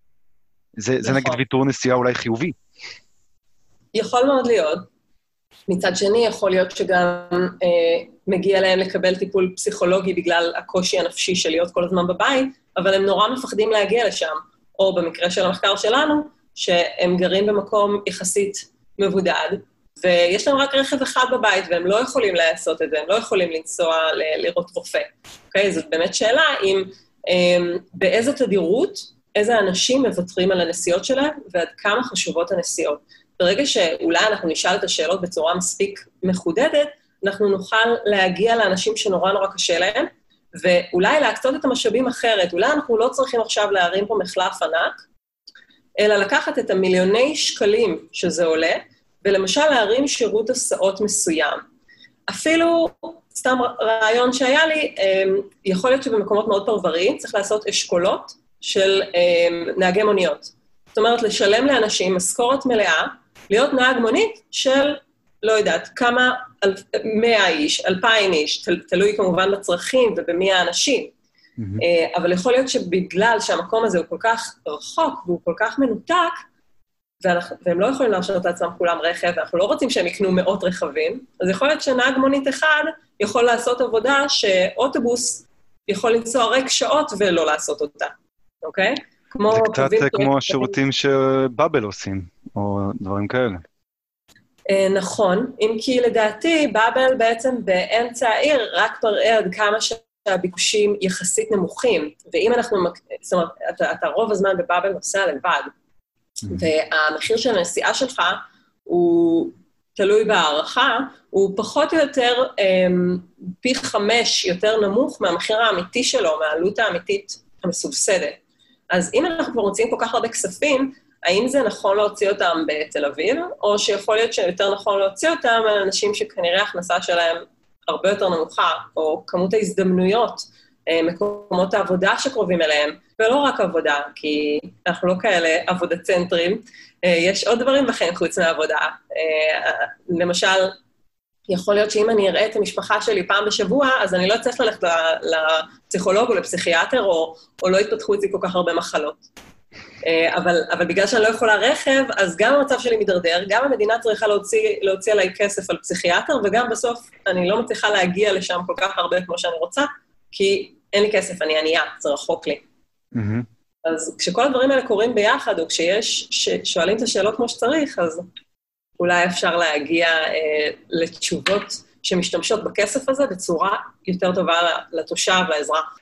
Speaker 2: זה נגיד ויתור נסיעה אולי חיובי.
Speaker 1: יכול מאוד להיות. מצד שני, יכול להיות שגם מגיע להם לקבל טיפול פסיכולוגי בגלל הקושי הנפשי של להיות כל הזמן בבית, אבל הם נורא מפחדים להגיע לשם, או במקרה של המחקר שלנו, שהם גרים במקום יחסית מבודד, ויש להם רק רכב אחד בבית, והם לא יכולים לעשות את זה, הם לא יכולים לנסוע לראות רופא. אוקיי? זאת באמת שאלה אם באיזה תדירות, איזה אנשים מוותרים על הנסיעות שלהם, ועד כמה חשובות הנסיעות. ברגע שאולי אנחנו נשאל את השאלות בצורה מספיק מחודדת, אנחנו נוכל להגיע לאנשים שנורא נורא קשה להם, ואולי להקצות את המשאבים אחרת. אולי אנחנו לא צריכים עכשיו להרים פה מחלף ענק, אלא לקחת את המיליוני שקלים שזה עולה, ולמשל להרים שירות הסעות מסוים. אפילו, סתם רעיון שהיה לי, יכול להיות שבמקומות מאוד פרבריים צריך לעשות אשכולות של נהגי מוניות. זאת אומרת, לשלם לאנשים משכורת מלאה, להיות נהג מונית של, לא יודעת, כמה, 100 איש, 2,000 איש, תלוי כמובן בצרכים ובמי האנשים. אבל יכול להיות שבגלל שהמקום הזה הוא כל כך רחוק והוא כל כך מנותק, והם לא יכולים להרשות לעצמם כולם רכב, ואנחנו לא רוצים שהם יקנו מאות רכבים, אז יכול להיות שנהג מונית אחד יכול לעשות עבודה שאוטובוס יכול לנסוע רק שעות ולא לעשות אותה, אוקיי?
Speaker 2: זה קצת כמו השירותים שבאבל עושים, או דברים כאלה.
Speaker 1: נכון, אם כי לדעתי באבל בעצם באמצע העיר רק מראה עד כמה שהביקושים יחסית נמוכים, ואם אנחנו, זאת אומרת, אתה רוב הזמן בבאבל נוסע לבד, והמחיר של הנסיעה שלך הוא תלוי בהערכה, הוא פחות או יותר פי 5 יותר נמוך מהמחיר האמיתי שלו, מהעלות האמיתית המסובסדת. אז אם אנחנו כבר מוצאים כל כך הרבה כספים, האם זה נכון להוציא אותם בתל אביב, או שיכול להיות שיותר נכון להוציא אותם על אנשים שכנראה ההכנסה שלהם הרבה יותר נמוכה, או כמות ההזדמנויות, מקומות העבודה שקרובים אליהם, ולא רק עבודה, כי אנחנו לא כאלה עבודה צנטרים, יש עוד דברים בחיים חוץ מהעבודה. למשל, יכול להיות שאם אני אראה את המשפחה שלי פעם בשבוע, אז אני לא צריך ללכת לפסיכולוג או לפסיכיאטר, או לא יתפתחו אצלי כל כך הרבה מחלות. אבל בגלל שאני לא יכולה רכב, אז גם המצב שלי מדרדר, גם המדינה צריכה להוציא עליי כסף על פסיכיאטר, וגם בסוף אני לא מצליחה להגיע לשם כל כך הרבה כמו שאני רוצה, כי אין לי כסף, אני ענייה, זה רחוק לי. אז כשכל הדברים האלה קורים ביחד, או ששואלים את השאלות כמו שצריך, אז אולי אפשר להגיע לתשובות שמשתמשות בכסף הזה בצורה יותר טובה לתושב, לאזרח.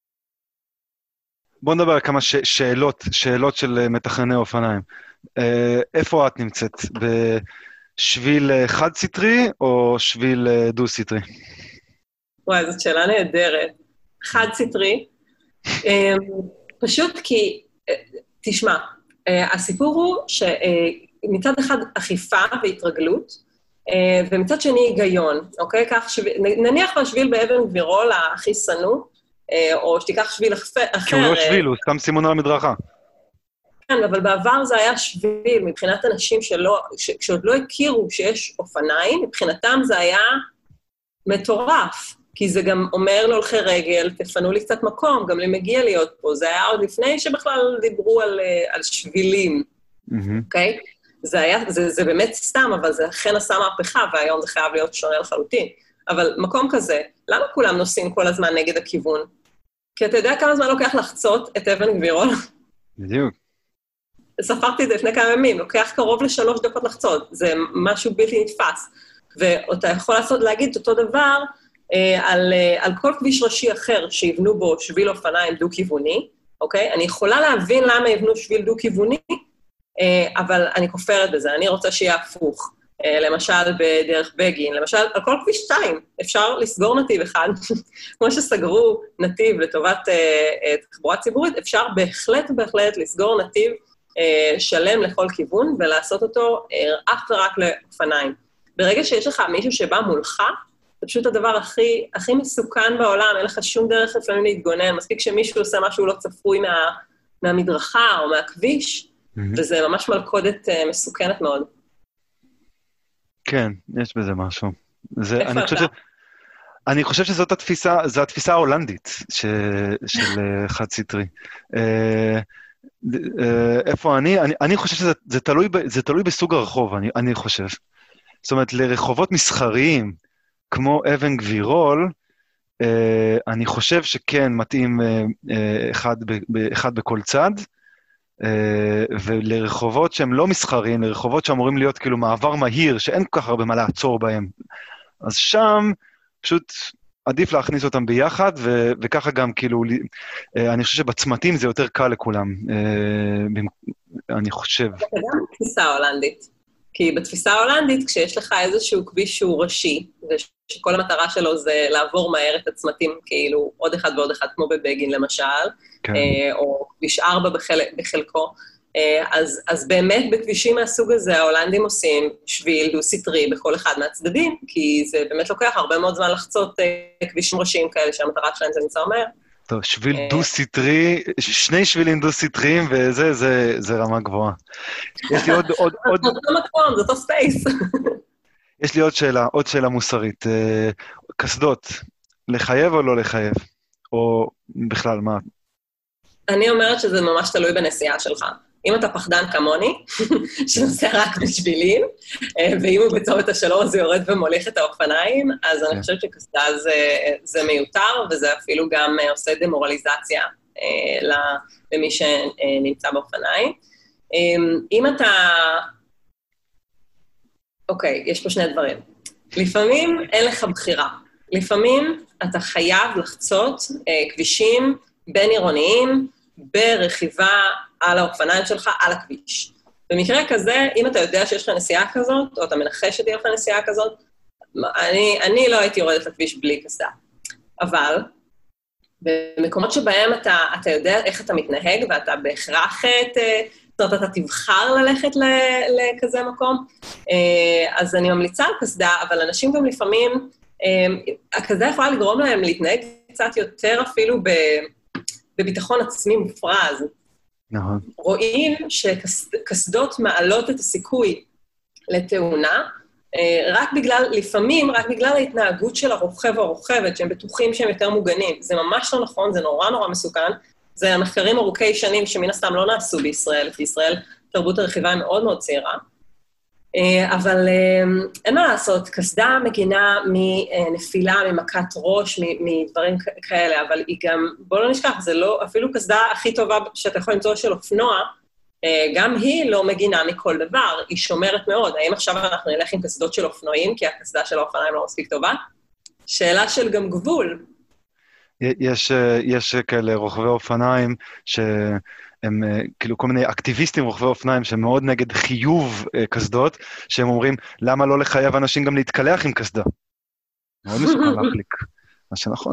Speaker 2: בוא נדבר על כמה שאלות של מתכנני אופניים. איפה את נמצאת? בשביל חד-סטרי או שביל דו-סטרי?
Speaker 1: וואי, זאת שאלה נהדרת. חד-סטרי. פשוט כי, תשמע, הסיפור הוא שמצד אחד אכיפה והתרגלות, ומצד שני היגיון, אוקיי? כך נניח בשביל באבן גבירול הכי שנוא, או שתיקח שביל אחר.
Speaker 2: כי הוא לא שביל, הוא סתם סימון על המדרכה.
Speaker 1: כן, אבל בעבר זה היה שביל, מבחינת אנשים שעוד לא הכירו שיש אופניים, מבחינתם זה היה מטורף, כי זה גם אומר להולכי רגל, תפנו לי קצת מקום, גם לי מגיע להיות פה, זה היה עוד לפני שבכלל דיברו על שבילים, אוקיי? זה באמת סתם, אבל זה אכן עשה מהפכה, והיום זה חייב להיות שונה לחלוטין. אבל מקום כזה, למה כולם נוסעים כל הזמן נגד הכיוון? כי אתה יודע כמה זמן לוקח לחצות את אבן גבירול?
Speaker 2: בדיוק.
Speaker 1: ספרתי את זה לפני כמה ימים, לוקח קרוב ל3 דקות לחצות, זה משהו בלתי נתפס. ואתה יכול להגיד את אותו דבר על כל כביש ראשי אחר שיבנו בו שביל אופניים דו-כיווני, אוקיי? אני יכולה להבין למה יבנו שביל דו-כיווני, אבל אני כופרת בזה, אני רוצה שיהיה הפוך. למשל בדרך בגין, למשל על כל כביש 2, אפשר לסגור נתיב אחד, כמו שסגרו נתיב לטובת תחבורה ציבורית, אפשר בהחלט לסגור נתיב שלם לכל כיוון, ולעשות אותו אך ורק לאופניים. ברגע שיש לך מישהו שבא מולך, זה פשוט הדבר הכי מסוכן בעולם, אין לך שום דרך לפעמים להתגונן, מספיק שמישהו עושה משהו לא צפוי מהמדרכה או מהכביש, וזה ממש מלכודת מסוכנת מאוד.
Speaker 2: כן, יש בזה משהו. אני חושב שזאת התפיסה ההולנדית של חד-סטרי. איפה אני חושב שזה תלוי בסוג הרחוב, אני חושב. זאת אומרת, לרחובות מסחריים, כמו אבן גבירול, אני חושב שכן מתאים אחד בכל צד, ולרחובות שהם לא מסחריים, לרחובות שאמורים להיות כאילו מעבר מהיר, שאין כל כך הרבה מה לעצור בהם. אז שם פשוט עדיף להכניס אותם ביחד, וככה גם כאילו, אני חושב שבצמתים זה יותר קל לכולם, אני חושב.
Speaker 1: זה גם תפיסה הולנדית. כי בתפיסה ההולנדית, כשיש לך איזשהו כביש שהוא ראשי, ושכל המטרה שלו זה לעבור מהר את הצמתים, כאילו עוד אחד ועוד אחד, כמו בבגין למשל, כן. או כביש 4 בחלקו, אז באמת בכבישים מהסוג הזה, ההולנדים עושים שביל דו-סטרי בכל אחד מהצדדים, כי זה באמת לוקח הרבה מאוד זמן לחצות כבישים ראשיים כאלה, שהמטרה שלהם זה נמצא אומר.
Speaker 2: טוב, שביל דו-סטרי, 2 שבילים דו-סטריים, וזה רמה גבוהה. יש לי עוד...
Speaker 1: זה אותו מקום, זה אותו ספייס.
Speaker 2: יש לי עוד שאלה מוסרית. קסדות, לחייב או לא לחייב? או בכלל, מה?
Speaker 1: אני אומרת שזה ממש תלוי בנסיעה שלך. אם אתה פחדן כמוני, שנוסע רק בשבילים, ואם הוא בצומת השלום אז הוא יורד ומוליך את האופניים, אז אני חושבת שקסדה זה מיותר, וזה אפילו גם עושה דמורליזציה למי שנמצא באופניים. אם אתה... אוקיי, יש פה 2 דברים. לפעמים אין לך בחירה. לפעמים אתה חייב לחצות כבישים בין עירוניים, ברכיבה על האופניים שלך, על הכביש. במקרה כזה, אם אתה יודע שיש לך נסיעה כזאת, או אתה מנחש שתהיה לך נסיעה כזאת, אני לא הייתי יורדת לכביש בלי קסדה. אבל, במקומות שבהם אתה יודע איך אתה מתנהג, ואתה בהכרח, זאת אומרת, אתה תבחר ללכת לכזה מקום, אז אני ממליצה על קסדה, אבל אנשים גם לפעמים, הקסדה יכולה לגרום להם להתנהג קצת יותר אפילו בביטחון עצמי מופרז.
Speaker 2: נכון.
Speaker 1: רואים שקסדות מעלות את הסיכוי לתאונה, לפעמים רק בגלל ההתנהגות של הרוכב או הרוכבת, שהם בטוחים שהם יותר מוגנים. זה ממש לא נכון, זה נורא מסוכן. זה המחקרים ארוכי שנים שמן הסתם לא נעשו בישראל, כי ישראל תרבות הרכיבה היא מאוד מאוד צעירה, אבל אין מה לעשות, קסדה מגינה מנפילה, ממכת ראש, מדברים כאלה, אבל היא גם, בוא לא נשכח, זה לא, אפילו קסדה הכי טובה שאתה יכול למצוא של אופנוע, גם היא לא מגינה מכל דבר, היא שומרת מאוד. האם עכשיו אנחנו נלך עם קסדות של אופנועים, כי הקסדה של האופניים לא מספיק טובה? שאלה של גם גבול.
Speaker 2: יש כאלה רוכבי אופניים הם כאילו כל מיני אקטיביסטים רוכבי אופניים שמאוד נגד חיוב קסדות, שהם אומרים, למה לא לחייב אנשים גם להתקלח עם קסדה? מאוד מסוכן להחליק, מה שנכון.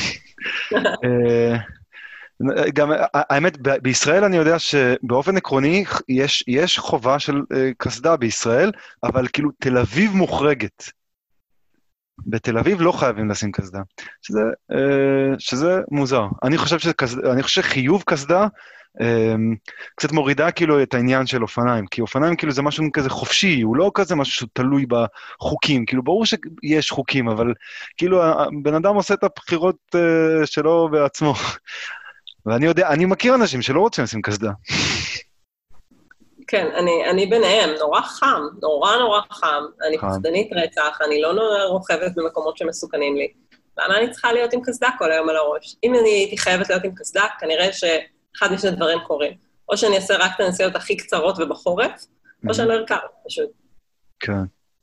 Speaker 2: גם, האמת, בישראל אני יודע שבאופן עקרוני יש חובה של קסדה בישראל, אבל כאילו תל אביב מוחרגת. בתל אביב לא חייבים לשים קסדה, שזה מוזר. אני חושב שחיוב קסדה קצת מורידה כאילו את העניין של אופניים, כי אופניים כאילו זה משהו כזה חופשי, הוא לא כזה משהו שהוא תלוי בחוקים, כאילו ברור שיש חוקים, אבל כאילו בן אדם עושה את הבחירות שלו בעצמו. ואני יודע, אני מכיר אנשים שלא רוצים לשים קסדה.
Speaker 1: כן, אני ביניהם, נורא חם, נורא חם, אני פחדנית רצח, אני לא רוכבת במקומות שמסוכנים לי. למה אני צריכה להיות עם קסדה כל היום על הראש? אם אני הייתי חייבת להיות עם קסדה, כנראה שאחד משני דברים קורים. או שאני אעשה רק את הנסיעות הכי קצרות ובחורף, או שאני לא ארכב, פשוט.
Speaker 2: כן.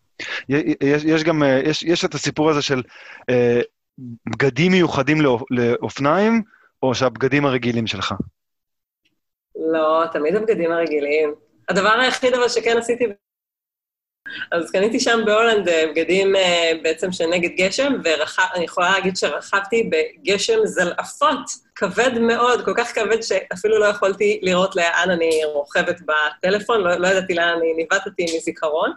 Speaker 2: יש את הסיפור הזה של בגדים מיוחדים לאופניים, או שהבגדים הרגילים שלך?
Speaker 1: לא, תמיד הבגדים הרגילים. הדבר היחיד אבל שכן עשיתי, אז קניתי שם בהולנד בגדים בעצם שנגד גשם, ואני יכולה להגיד שרכבתי בגשם זלעפות, כבד מאוד, כל כך כבד שאפילו לא יכולתי לראות לאן אני רוכבת בטלפון, לא ידעתי לאן אני ניווטתי מזיכרון.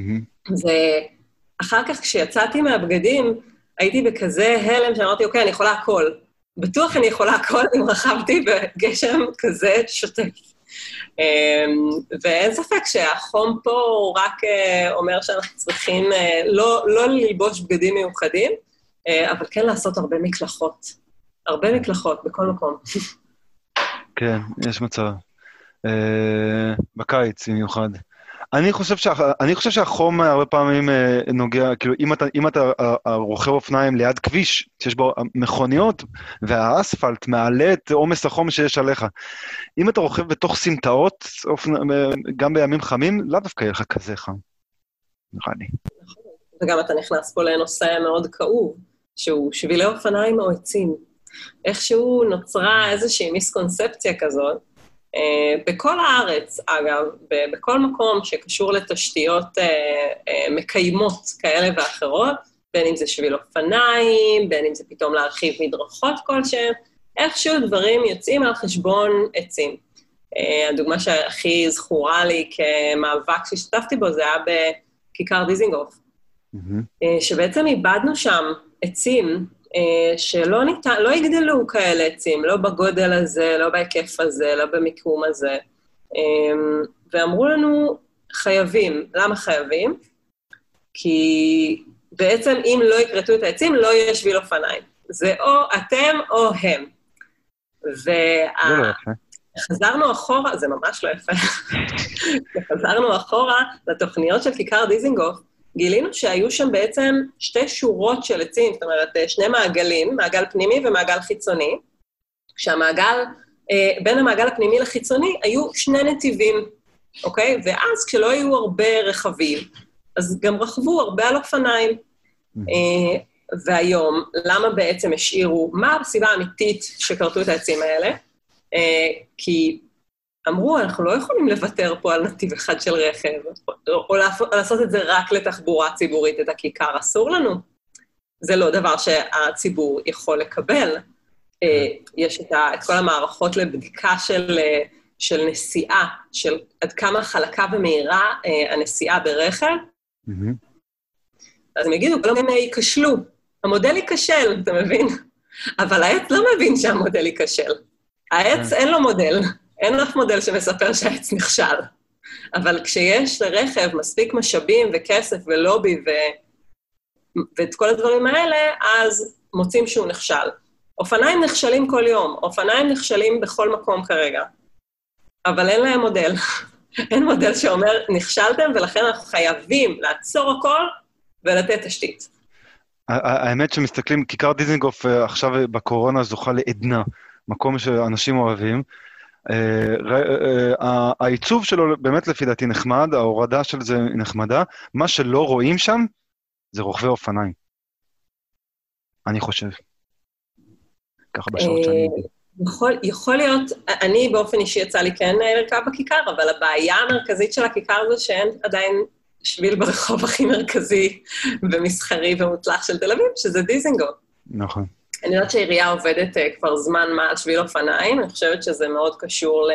Speaker 1: ואחר כך כשיצאתי מהבגדים, הייתי בכזה הלם שאמרתי, אוקיי, אני יכולה הכל. בטוח אני יכולה הכל אם רכבתי בגשם כזה שוטף. ואין ספק שהחום פה הוא רק אומר שאנחנו צריכים לא ללבוש בגדים מיוחדים, אבל כן לעשות הרבה מקלחות. הרבה מקלחות בכל מקום.
Speaker 2: כן, יש מצב. בקיץ במיוחד. אני חושב שהחום הרבה פעמים נוגע, כאילו אם אתה רוכב אופניים ליד כביש, שיש בו מכוניות, והאספלט מעלה את עומס החום שיש עליך. אם אתה רוכב בתוך סמטאות, גם בימים חמים, לא דווקא יהיה לך כזה חם. נראה לי.
Speaker 1: וגם אתה נכנס פה לנושא מאוד כאוב, שהוא שבילי אופניים או עצים. איכשהו נוצרה איזושהי מיסקונספציה כזאת, בכל הארץ, אגב, בכל מקום שקשור לתשתיות מקיימות כאלה ואחרות, בין אם זה שביל אופניים, בין אם זה פתאום להרחיב מדרכות כלשהם, איכשהו דברים יוצאים על חשבון עצים. הדוגמה שהכי זכורה לי כמאבק שהשתתפתי בו, זה היה בכיכר דיזינגוף, שבעצם איבדנו שם עצים, שלא לא יגדלו כאלה עצים, לא בגודל הזה, לא בהיקף הזה, לא במיקום הזה. ואמרו לנו, חייבים. למה חייבים? כי בעצם אם לא יקרטו את העצים, לא יהיה שביל אופניים. זה או אתם או הם. חזרנו אחורה, זה ממש לא יפה. חזרנו אחורה לתוכניות של כיכר דיזינגוף, גילינו שהיו שם בעצם שתי שורות של עצים, זאת אומרת, שני מעגלים, מעגל פנימי ומעגל חיצוני, כשהמעגל, בין המעגל הפנימי לחיצוני, היו שני נתיבים, אוקיי? ואז כשלא היו הרבה רכבים, אז גם רכבו הרבה על אופניים. והיום, למה בעצם השאירו, מה הסיבה האמיתית שקרתו את העצים האלה? כי אמרו, אנחנו לא יכולים לוותר פה על נתיב אחד של רכב, או לעשות את זה רק לתחבורה ציבורית, את הכיכר, אסור לנו. זה לא דבר שהציבור יכול לקבל. יש את כל המערכות לבדיקה של נסיעה, של עד כמה חלקה ומהירה הנסיעה ברכב. אז הם יגידו, לא הם ייכשלו. המודל ייכשל, אתה מבין? אבל העץ לא מבין שהמודל ייכשל. העץ אין לו מודל. אין אף מודל שמספר שהעץ נכשל. אבל כשיש לרכב מספיק משאבים וכסף ולובי ואת כל הדברים האלה, אז מוצאים שהוא נכשל. אופניים נכשלים כל יום, אופניים נכשלים בכל מקום כרגע, אבל אין להם מודל. אין מודל שאומר, נכשלתם, ולכן אנחנו חייבים לעצור הכל ולתת תשתית.
Speaker 2: האמת שמסתכלים, כיכר דיזנגוף עכשיו בקורונה זוכה לעדנה, מקום שאנשים אוהבים. העיצוב שלו באמת לפי דעתי נחמד, ההורדה של זה נחמדה, מה שלא רואים שם זה רוכבי אופניים. אני חושב. ככה בשעות שאני...
Speaker 1: יכול להיות, אני באופן אישי יצא לי כן לרכב בכיכר, אבל הבעיה המרכזית של הכיכר זה שאין עדיין שביל ברחוב הכי מרכזי ומסחרי ומוצלח של תל אביב, שזה דיזנגוף.
Speaker 2: נכון.
Speaker 1: אני יודעת שהעירייה עובדת כבר זמן מה על שביל אופניים, אני חושבת שזה מאוד קשור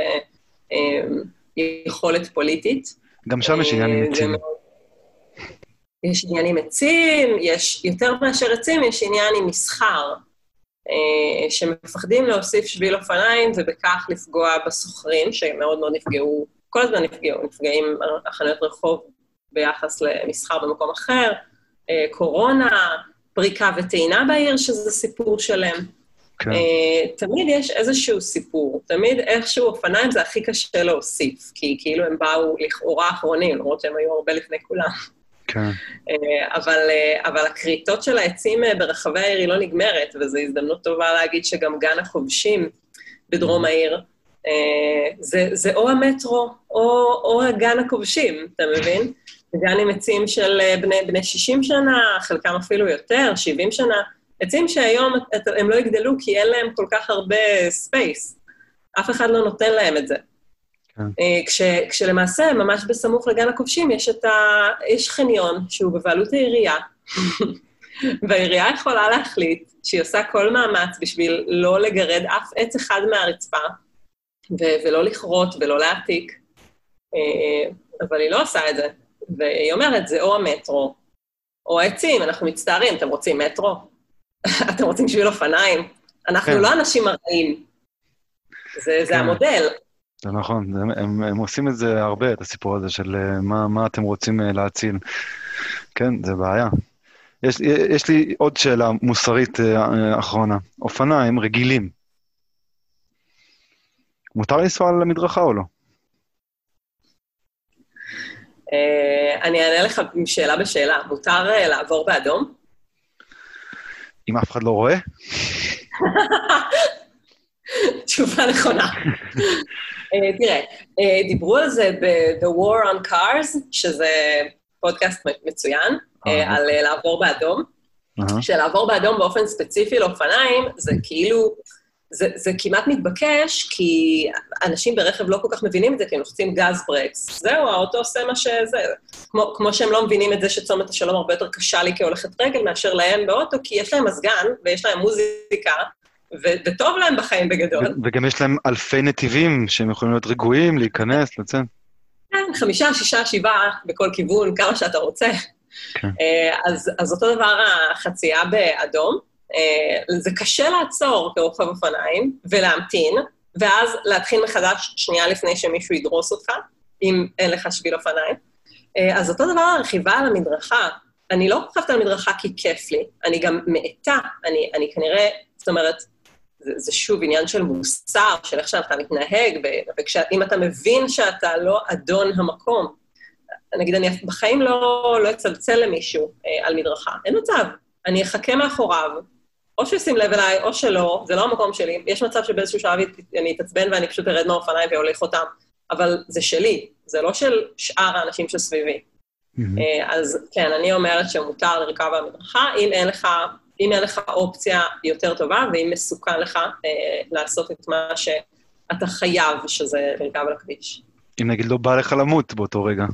Speaker 1: ליכולת פוליטית.
Speaker 2: גם שם יש עניינים עצים.
Speaker 1: יש עניינים עצים, יש יותר מאשר עצים, יש עניין עם מסחר, שמפחדים להוסיף שביל אופניים, ובכך לפגוע בסוחרים, שמאוד מאוד נפגעו, כל הזמן נפגעים החנויות רחוב ביחס למסחר במקום אחר, קורונה, פריקה וטעינה בעיר, שזה סיפור שלם. כן. תמיד יש איזשהו סיפור, תמיד איכשהו אופניים זה הכי קשה להוסיף, כי כאילו הם באו לכאורה אחרונים, למרות שהם היו הרבה לפני כולם.
Speaker 2: כן.
Speaker 1: אבל הקריטות של העצים ברחבי העיר היא לא נגמרת, וזו הזדמנות טובה להגיד שגם גן החובשים בדרום העיר, זה או המטרו או הגן הכובשים, אתה מבין? גן עם עצים של בני 60 שנה, חלקם אפילו יותר, 70 שנה, עצים שהיום הם לא יגדלו כי אין להם כל כך הרבה ספייס. אף אחד לא נותן להם את זה. כשלמעשה, ממש בסמוך לגן הכובשים, יש חניון שהוא בבעלות העירייה, והעירייה יכולה להחליט שהיא עושה כל מאמץ בשביל לא לגרד אף עץ אחד מהרצפה, ולא לכרות ולא להעתיק, אבל היא לא עושה את זה. והיא אומרת, זה או המטרו, או העצים, אנחנו מצטערים, אתם רוצים מטרו? אתם רוצים שביל אופניים? אנחנו לא אנשים מראים. זה המודל.
Speaker 2: זה נכון, הם עושים את זה הרבה, את הסיפור הזה של מה אתם רוצים להציל. כן, זה בעיה. יש לי עוד שאלה מוסרית אחרונה. אופניים רגילים. מותר לנסוע על המדרכה או לא?
Speaker 1: אני אענה לך שאלה בשאלה. מותר לעבור באדום?
Speaker 2: אם אף אחד לא רואה?
Speaker 1: תשובה נכונה. תראה, דיברו על זה ב-The War on Cars, שזה פודקאסט מצוין, על לעבור באדום, שלעבור באדום באופן ספציפי לאופניים, זה כאילו, זה כמעט מתבקש, כי אנשים ברכב לא כל כך מבינים את זה, כי הם לוחצים גז ברקס. זהו, האוטו עושה מה שזה. כמו שהם לא מבינים את זה שצומת השלום הרבה יותר קשה לי כהולכת רגל, מאשר להם באוטו, כי יש להם מזגן, ויש להם מוזיקה, וטוב להם בחיים בגדול.
Speaker 2: וגם יש להם אלפי נתיבים שהם יכולים להיות רגועים, להיכנס, לצאת.
Speaker 1: כן, 5, 6, 7 בכל כיוון, כמה שאתה רוצה. אז אותו דבר החצייה באדום, זה קשה לעצור כרוכב אופניים ולהמתין, ואז להתחיל מחדש שנייה לפני שמישהו ידרוס אותך, אם אין לך שביל אופניים. אז אותו דבר הרכיבה על המדרכה, אני לא רוכבת על המדרכה כי כיף לי, אני גם מעטה, אני כנראה, זאת אומרת, זה שוב עניין של מוסר, של איך שאתה מתנהג, ואם אתה מבין שאתה לא אדון המקום, נגיד, אני בחיים לא אצלצל למישהו על מדרכה, אין מצב, אני אחכה מאחוריו, או שישים לב אליי, או שלא, זה לא המקום שלי, יש מצב שבאיזשהו שלב אני אתעצבן ואני פשוט ארד מהאופניים והולך אותם, אבל זה שלי, זה לא של שאר האנשים שסביבי. אז כן, אני אומרת שמותר לרכב על המדרכה, אם אין לך אופציה יותר טובה, ואם מסוכן לך לעשות את מה שאתה חייב, שזה לרכב על הכביש.
Speaker 2: אם נגיד לא בא לך למות באותו רגע.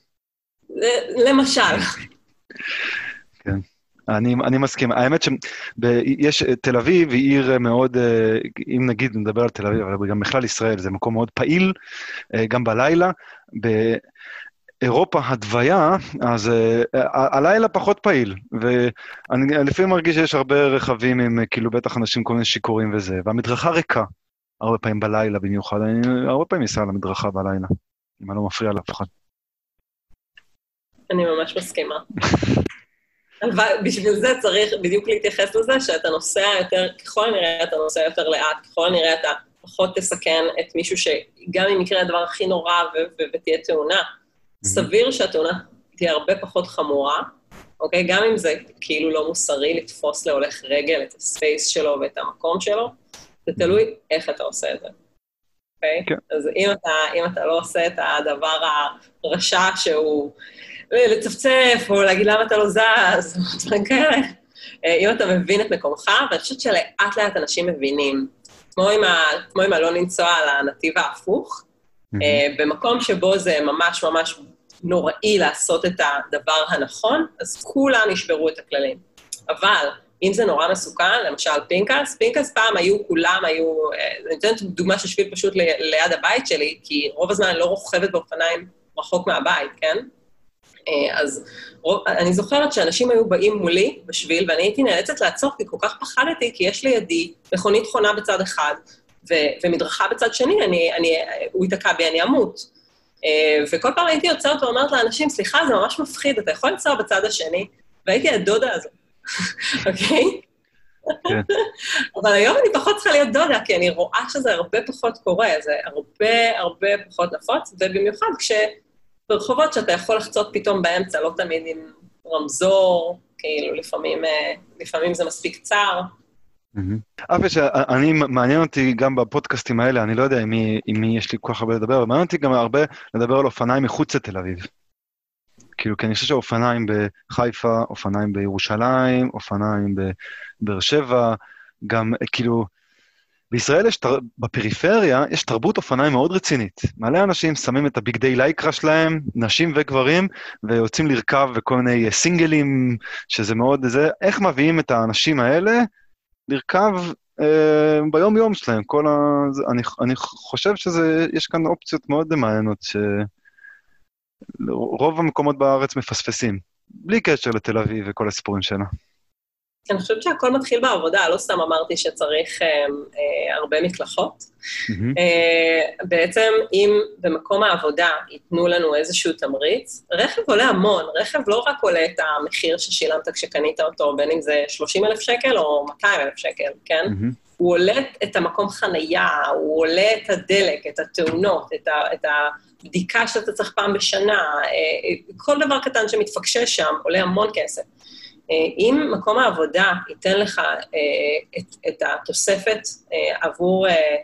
Speaker 1: למשל.
Speaker 2: כן, אני מסכים. האמת שיש, תל אביב היא עיר מאוד, אם נגיד נדבר על תל אביב, אבל גם בכלל ישראל, זה מקום מאוד פעיל, גם בלילה, אירופה הדוויה, אז הלילה פחות פעיל, ואני לפעמים מרגיש שיש הרבה רכבים עם כאילו בטח אנשים כל מיני שיקורים וזה, והמדרכה ריקה, הרבה פעמים בלילה במיוחד, אני הרבה פעמים אסע על המדרכה בלילה, אם אני לא מפריע לאף אחד.
Speaker 1: אני ממש מסכימה. אבל בשביל זה צריך בדיוק להתייחס לזה, שאתה נוסע יותר, ככל הנראה אתה נוסע יותר לאט, ככל הנראה אתה פחות תסכן את מישהו שגם אם יקרה הדבר הכי נורא ותהיה תאונה, סביר שהתאונה תהיה הרבה פחות חמורה, אוקיי? גם אם זה כאילו לא מוסרי לתפוס להולך רגל את הספייס שלו ואת המקום שלו, זה תלוי איך אתה עושה את זה. אוקיי? Okay. אז אם אתה לא עושה את הדבר הרשע שהוא לצפצף, או להגיד למה אתה לא זז, או דברים כאלה, אם אתה מבין את מקומך, ואני חושבת שלאט לאט אנשים מבינים, כמו עם הלא לנסוע על הנתיב ההפוך, במקום שבו זה ממש ממש נוראי לעשות את הדבר הנכון, אז כולם נשברו את הכללים. אבל אם זה נורא מסוכן, למשל פינקס פעם כולם היו, אני נותנת דוגמה של שביל פשוט ליד הבית שלי, כי רוב הזמן אני לא רוכבת באופניים רחוק מהבית, כן? אז אני זוכרת שאנשים היו באים מולי בשביל, ואני הייתי נאלצת לעצור, כי כל כך פחדתי, כי יש לידי מכונית חונה בצד אחד, ומדרכה בצד שני, הוא יתקע בי, אני אמות. וכל פעם הייתי יוצרת ואומרת לאנשים, סליחה, זה ממש מפחיד, אתה יכול לנסוע בצד השני, והייתי הדודה הזו, אוקיי? אבל היום אני פחות צריכה להיות דודה, כי אני רואה שזה הרבה פחות קורה, זה הרבה פחות נפוץ, ובמיוחד ברחובות שאתה יכול לחצות פתאום באמצע, לא תמיד עם רמזור, כאילו לפעמים זה מספיק צר.
Speaker 2: אני מעניין אותי גם בפודקאסטים האלה, אני לא יודע עם מי יש לי כל כך הרבה לדבר, אבל מעניין אותי גם הרבה לדבר על אופניים מחוץ לתל אביב. כאילו, כי אני חושב שאופניים בחיפה, אופניים בירושלים, אופניים בבאר שבע, גם כאילו, בישראל בפריפריה יש תרבות אופניים מאוד רצינית. מלא אנשים שמים את הבגדי לייקרה שלהם, נשים וגברים, ויוצאים לרכב וכל מיני סינגלים, שזה מאוד, זה, איך מביאים את האנשים האלה לרכב ביום יום שלהם? אני חושב יש כאן אופציות מאוד מעניינות, שרוב המקומות בארץ מפספסים, בלי קשר לתל אביב וכל הסיפורים שלה.
Speaker 1: אני חושבת שהכל מתחיל בעבודה, לא סתם אמרתי שצריך הרבה מקלחות. בעצם אם במקום העבודה ייתנו לנו איזשהו תמריץ, רכב עולה המון, רכב לא רק עולה את המחיר ששילמת כשקנית אותו, בין אם זה 30,000 שקל או 200,000 שקל, כן? הוא עולה את המקום חנייה, הוא עולה את הדלק, את התאונות, את הבדיקה שאתה צריך פעם בשנה, כל דבר קטן שמתפקשש שם עולה המון כסף. אם מקום העבודה ייתן לך את התוספת עבור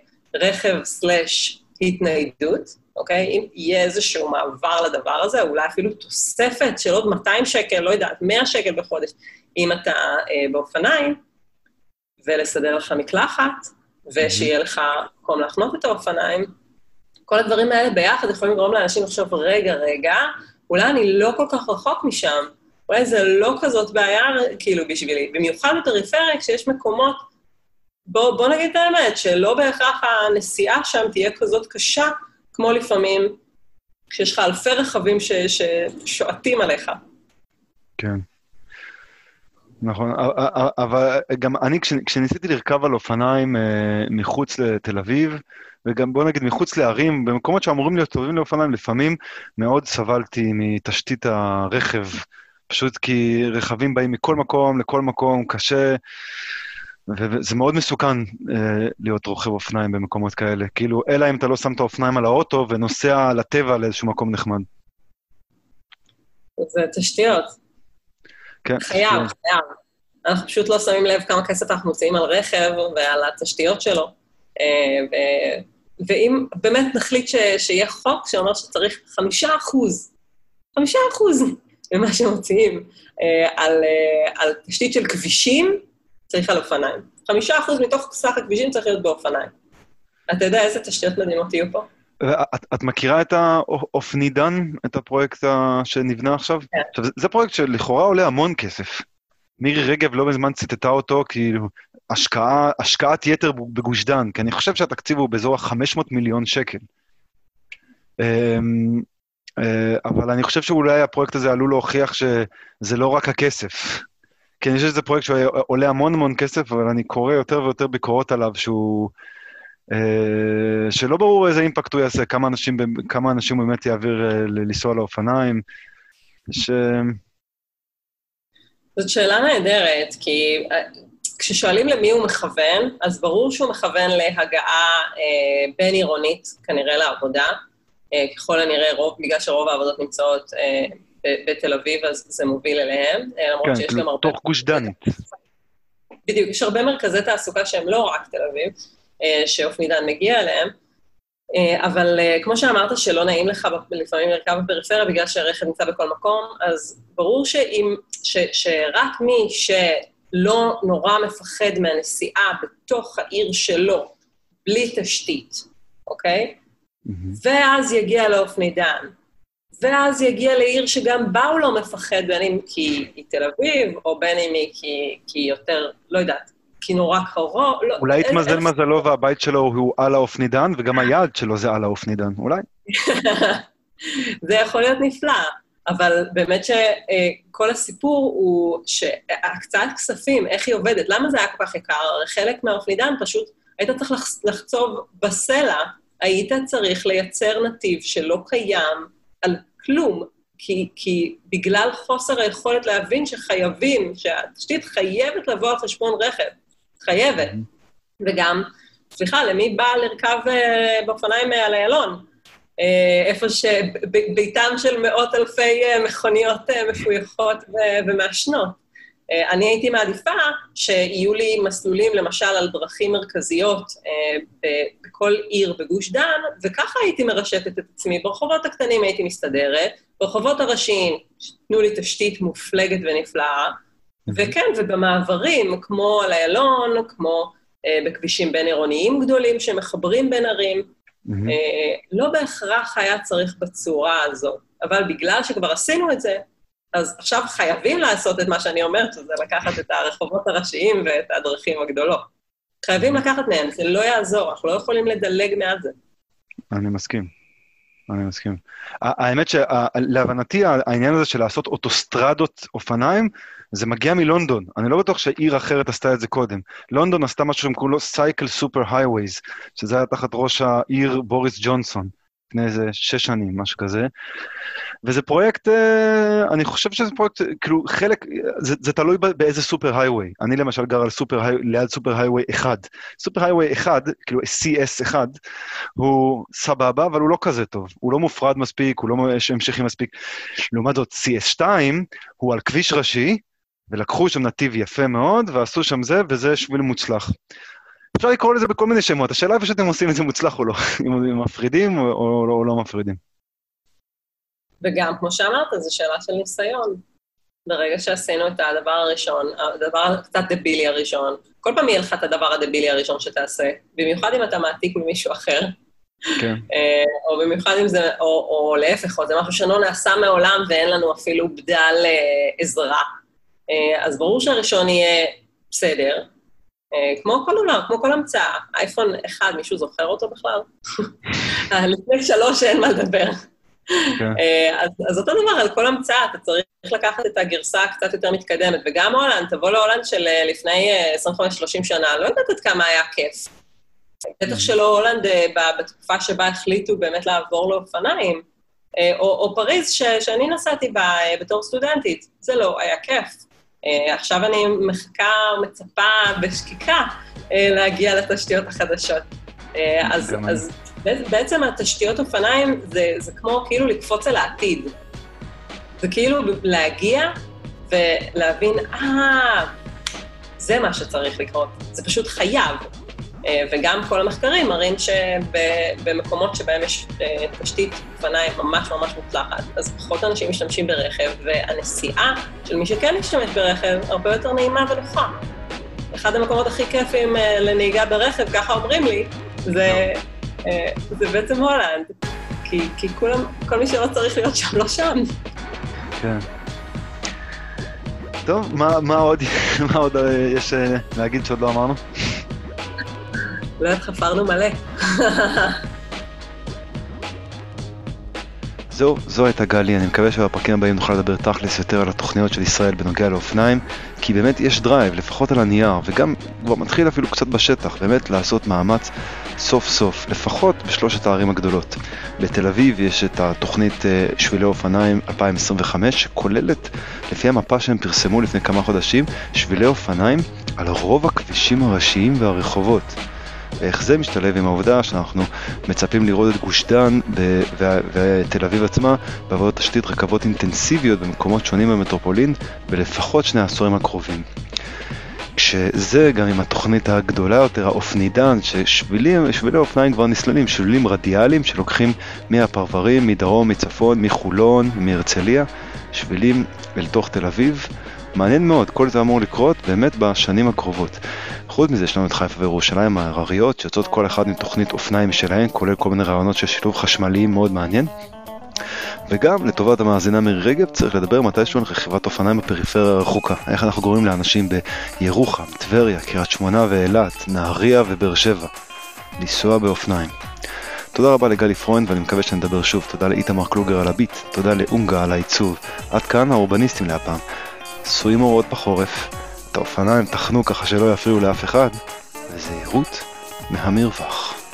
Speaker 1: רכב/התניידות, אוקיי? אם יהיה איזשהו מעבר לדבר הזה, אולי אפילו תוספת של עוד 200 שקל, לא יודעת, 100 שקל בחודש, אם אתה באופניים, ולסדר לך מקלחת, ושיהיה לך מקום להחנות את האופניים, כל הדברים האלה ביחד יכולים לגרום לאנשים לחשוב, רגע, אולי אני לא כל כך רחוק משם, אולי זה לא כזאת בעיה, כאילו, בשבילי. במיוחד בפריפריה, כשיש מקומות, בוא נגיד את האמת, שלא בהכרח הנסיעה שם תהיה כזאת קשה, כמו לפעמים, כשיש לך אלפי רכבים ששועטים עליך.
Speaker 2: כן. נכון, אבל גם אני, כשניסיתי לרכב על אופניים מחוץ לתל אביב, וגם בוא נגיד מחוץ לערים, במקומות שאמורים להיות טובים לאופניים, לפעמים מאוד סבלתי מתשתית הרכב, פשוט כי רכבים באים מכל מקום לכל מקום, קשה, וזה מאוד מסוכן להיות רוכב אופניים במקומות כאלה, כאילו, אלא אם אתה לא שם את האופניים על האוטו ונוסע לטבע לאיזשהו מקום נחמד.
Speaker 1: זה תשתיות.
Speaker 2: כן.
Speaker 1: חייב. אנחנו פשוט לא שמים לב כמה כסף אנחנו מוציאים על רכב ועל התשתיות שלו, ואם באמת נחליט שיהיה חוק שאומר שצריך 5% ממה שמוציאים על תשתית של כבישים, צריך על אופניים. 5% מתוך סך הכבישים צריך להיות באופניים. אתה יודע איזה תשתיות מדהימות יהיו פה?
Speaker 2: את מכירה את האופנידן, את הפרויקט שנבנה עכשיו?
Speaker 1: כן.
Speaker 2: עכשיו, זה פרויקט שלכאורה עולה המון כסף. מירי רגב לא בזמן ציטטה אותו, כאילו, השקעת יתר בגוש דן, כי אני חושב שהתקציב הוא באזור 500 מיליון שקל. אבל אני חושב שאולי הפרויקט הזה עלול להוכיח שזה לא רק הכסף. כי אני חושב שזה פרויקט שעולה המון כסף, אבל אני קורא יותר ויותר ביקורות עליו שלא ברור איזה אימפקט הוא יעשה, כמה אנשים באמת יעביר לנסוע לאופניים,
Speaker 1: זאת שאלה נהדרת, כי כששואלים למי הוא מכוון, אז ברור שהוא מכוון להגעה בין עירונית, כנראה לעבודה, ככל הנראה בגלל שרוב העבודות נמצאות בתל אביב, אז זה מוביל אליהם, למרות שיש גם הרבה...
Speaker 2: תוך גוש דן.
Speaker 1: בדיוק, יש הרבה מרכזי תעסוקה שהם לא רק תל אביב, שאופנידן מגיע אליהם, אבל כמו שאמרת שלא נעים לך לפעמים לרכב בפריפריה, בגלל שהרכב נמצא בכל מקום, אז ברור שרק מי שלא נורא מפחד מהנסיעה בתוך העיר שלו, בלי תשתית, אוקיי? ואז יגיע לאופנידן, ואז יגיע לעיר שגם בה הוא לא מפחד, בין אם כי היא תל אביב, או בין אם כי יותר, לא יודעת, כי נורא קרוב.
Speaker 2: אולי יתמזל מזלו והבית שלו הוא על האופנידן, וגם היעד שלו זה על האופנידן, אולי?
Speaker 1: זה יכול להיות נפלא, אבל באמת שכל הסיפור הוא שהקצאת כספים, איך היא עובדת, למה זה היה כל כך יקר? הרי חלק מהאופנידן פשוט היית צריך לחצוב בסלע, היית צריך לייצר נתיב שלא קיים על כלום, כי בגלל חוסר היכולת להבין שחייבים, שהתשתית חייבת לבוא על חשבון רכב, חייבת. וגם, סליחה, למי בא לרכב באופניים על איילון? איפה שביתם של מאות אלפי מכוניות מפויחות ומעשנות. אני הייתי מעדיפה שיהיו לי מסלולים, למשל, על דרכים מרכזיות בכל עיר בגוש דן, וככה הייתי מרשתת את עצמי. ברחובות הקטנים הייתי מסתדרת, ברחובות הראשיים תנו לי תשתית מופלגת ונפלאה, וכן, ובמעברים, כמו על איילון, כמו בכבישים בין עירוניים גדולים שמחברים בין ערים, לא בהכרח היה צריך בצורה הזאת, אבל בגלל שכבר עשינו את זה, אז עכשיו חייבים לעשות את מה שאני אומרת, שזה לקחת את הרחובות הראשיים ואת הדרכים הגדולות. חייבים לקחת מהם, זה לא יעזור, אנחנו לא יכולים לדלג מעט זה.
Speaker 2: אני מסכים. האמת שלהבנתי, העניין הזה של לעשות אוטוסטרדות אופניים, זה מגיע מלונדון. אני לא בטוח שעיר אחרת עשתה את זה קודם. לונדון עשתה משהו שהם קוראים לו Cycle Super Highways, שזה היה תחת ראש העיר בוריס ג'ונסון, לפני איזה 6 שנים, משהו כזה. וזה פרויקט, אני חושב שזה פרויקט, כאילו חלק, זה תלוי באיזה סופר הייווי. אני למשל גר על ליד סופר הייווי 1. סופר הייווי 1, כאילו CS1, הוא סבבה, אבל הוא לא כזה טוב. הוא לא מופרד מספיק, הוא לא המשכי מספיק. לעומת זאת, CS2 הוא על כביש ראשי, ולקחו שם נתיב יפה מאוד, ועשו שם זה, וזה שביל מוצלח. אפשר לקרוא לזה בכל מיני שמות. השאלה איפה שאתם עושים את זה מוצלח או לא, אם מפרידים או לא מפרידים.
Speaker 1: וגם, כמו שאמרת, זו שאלה של ניסיון. ברגע שעשינו את הדבר הראשון, הדבר הקצת דבילי הראשון, כל פעם יהיה לך את הדבר הדבילי הראשון שתעשה, במיוחד אם אתה מעתיק ממישהו אחר,
Speaker 2: כן.
Speaker 1: או במיוחד אם זה, או להפך, או זה משהו שלא נעשה מעולם ואין לנו אפילו בדל עזרה. אז ברור שהראשון יהיה בסדר, כמו כל עולם, כמו כל המצאה. אייפון 1, מישהו זוכר אותו בכלל? לפני 3 אין מה לדבר. אז אותו דבר, על כל המצאה, אתה צריך לקחת את הגרסה קצת יותר מתקדמת, וגם הולנד, תבוא להולנד של לפני 25-30 שנה, לא יודעת עד כמה היה כיף. בטח שלא הולנד בתקופה שבה החליטו באמת לעבור לאופניים, או פריז שאני נסעתי בה בתור סטודנטית, זה לא היה כיף. עכשיו אני מחכה ומצפה בשקיקה להגיע לתשתיות החדשות. אז בעצם התשתיות אופניים זה כמו כאילו לקפוץ על העתיד. זה כאילו להגיע ולהבין, זה מה שצריך לקרות. זה פשוט חייב. וגם כל המחקרים מראים שבמקומות שבהם יש תשתית אופניים ממש ממש מוצלחת, אז פחות אנשים משתמשים ברכב, והנסיעה של מי שכן משתמש ברכב הרבה יותר נעימה ונוחה. אחד המקומות הכי כיפים לנהיגה ברכב, ככה אומרים לי, זה בעצם הולנד, כי כל מי שלא צריך להיות שם, לא שם.
Speaker 2: כן. טוב, מה עוד יש להגיד שעוד לא אמרנו?
Speaker 1: לא חפרנו מלא.
Speaker 2: זו הייתה גלי, אני מקווה שבפרקים הבאים נוכל לדבר תכלס יותר על התוכניות של ישראל בנוגע לאופניים, כי באמת יש דרייב, לפחות על הנייר, וגם כבר מתחיל אפילו קצת בשטח, באמת לעשות מאמץ סוף סוף, לפחות בשלושת הערים הגדולות. בתל אביב יש את התוכנית שבילי אופניים 2025, שכוללת, לפי המפה שהם פרסמו לפני כמה חודשים, שבילי אופניים על רוב הכבישים הראשיים והרחובות. איך זה משתלב עם העובדה שאנחנו מצפים לראות את גוש דן ותל אביב עצמה בעבודות תשתית רכבות אינטנסיביות במקומות שונים במטרופולין בלפחות 2 העשורים הקרובים. כשזה גם עם התוכנית הגדולה יותר, האופנידן, ששבילי אופניים כבר נסללים, שבילים רדיאליים שלוקחים מהפרברים, מדרום, מצפון, מחולון, מהרצליה, שבילים אל תוך תל אביב. מעניין מאוד, כל זה אמור לקרות באמת בשנים הקרובות. חוץ מזה יש לנו את חיפה וירושלים ההרריות, שיוצאות כל אחד עם תוכנית אופניים שלהם, כולל כל מיני רעיונות של שילוב חשמליים מאוד מעניין. וגם לטובת המאזינה מירי רגב צריך לדבר מתישהו על רכיבת אופניים בפריפריה הרחוקה. איך אנחנו גורמים לאנשים בירוחם, טבריה, קריית שמונה ואילת, נהריה ובאר שבע לנסוע באופניים. תודה רבה לגלי פרוינד ואני מקווה שנדבר שוב. תודה לאיתמר קלוגר על הביט, תודה לאונגה על העיצוב. עד כאן האורבניסטים להפעם. סועים אורות בחורף, את האופניים תחנו ככה שלא יפריעו לאף אחד, וזהירות מהמרווח.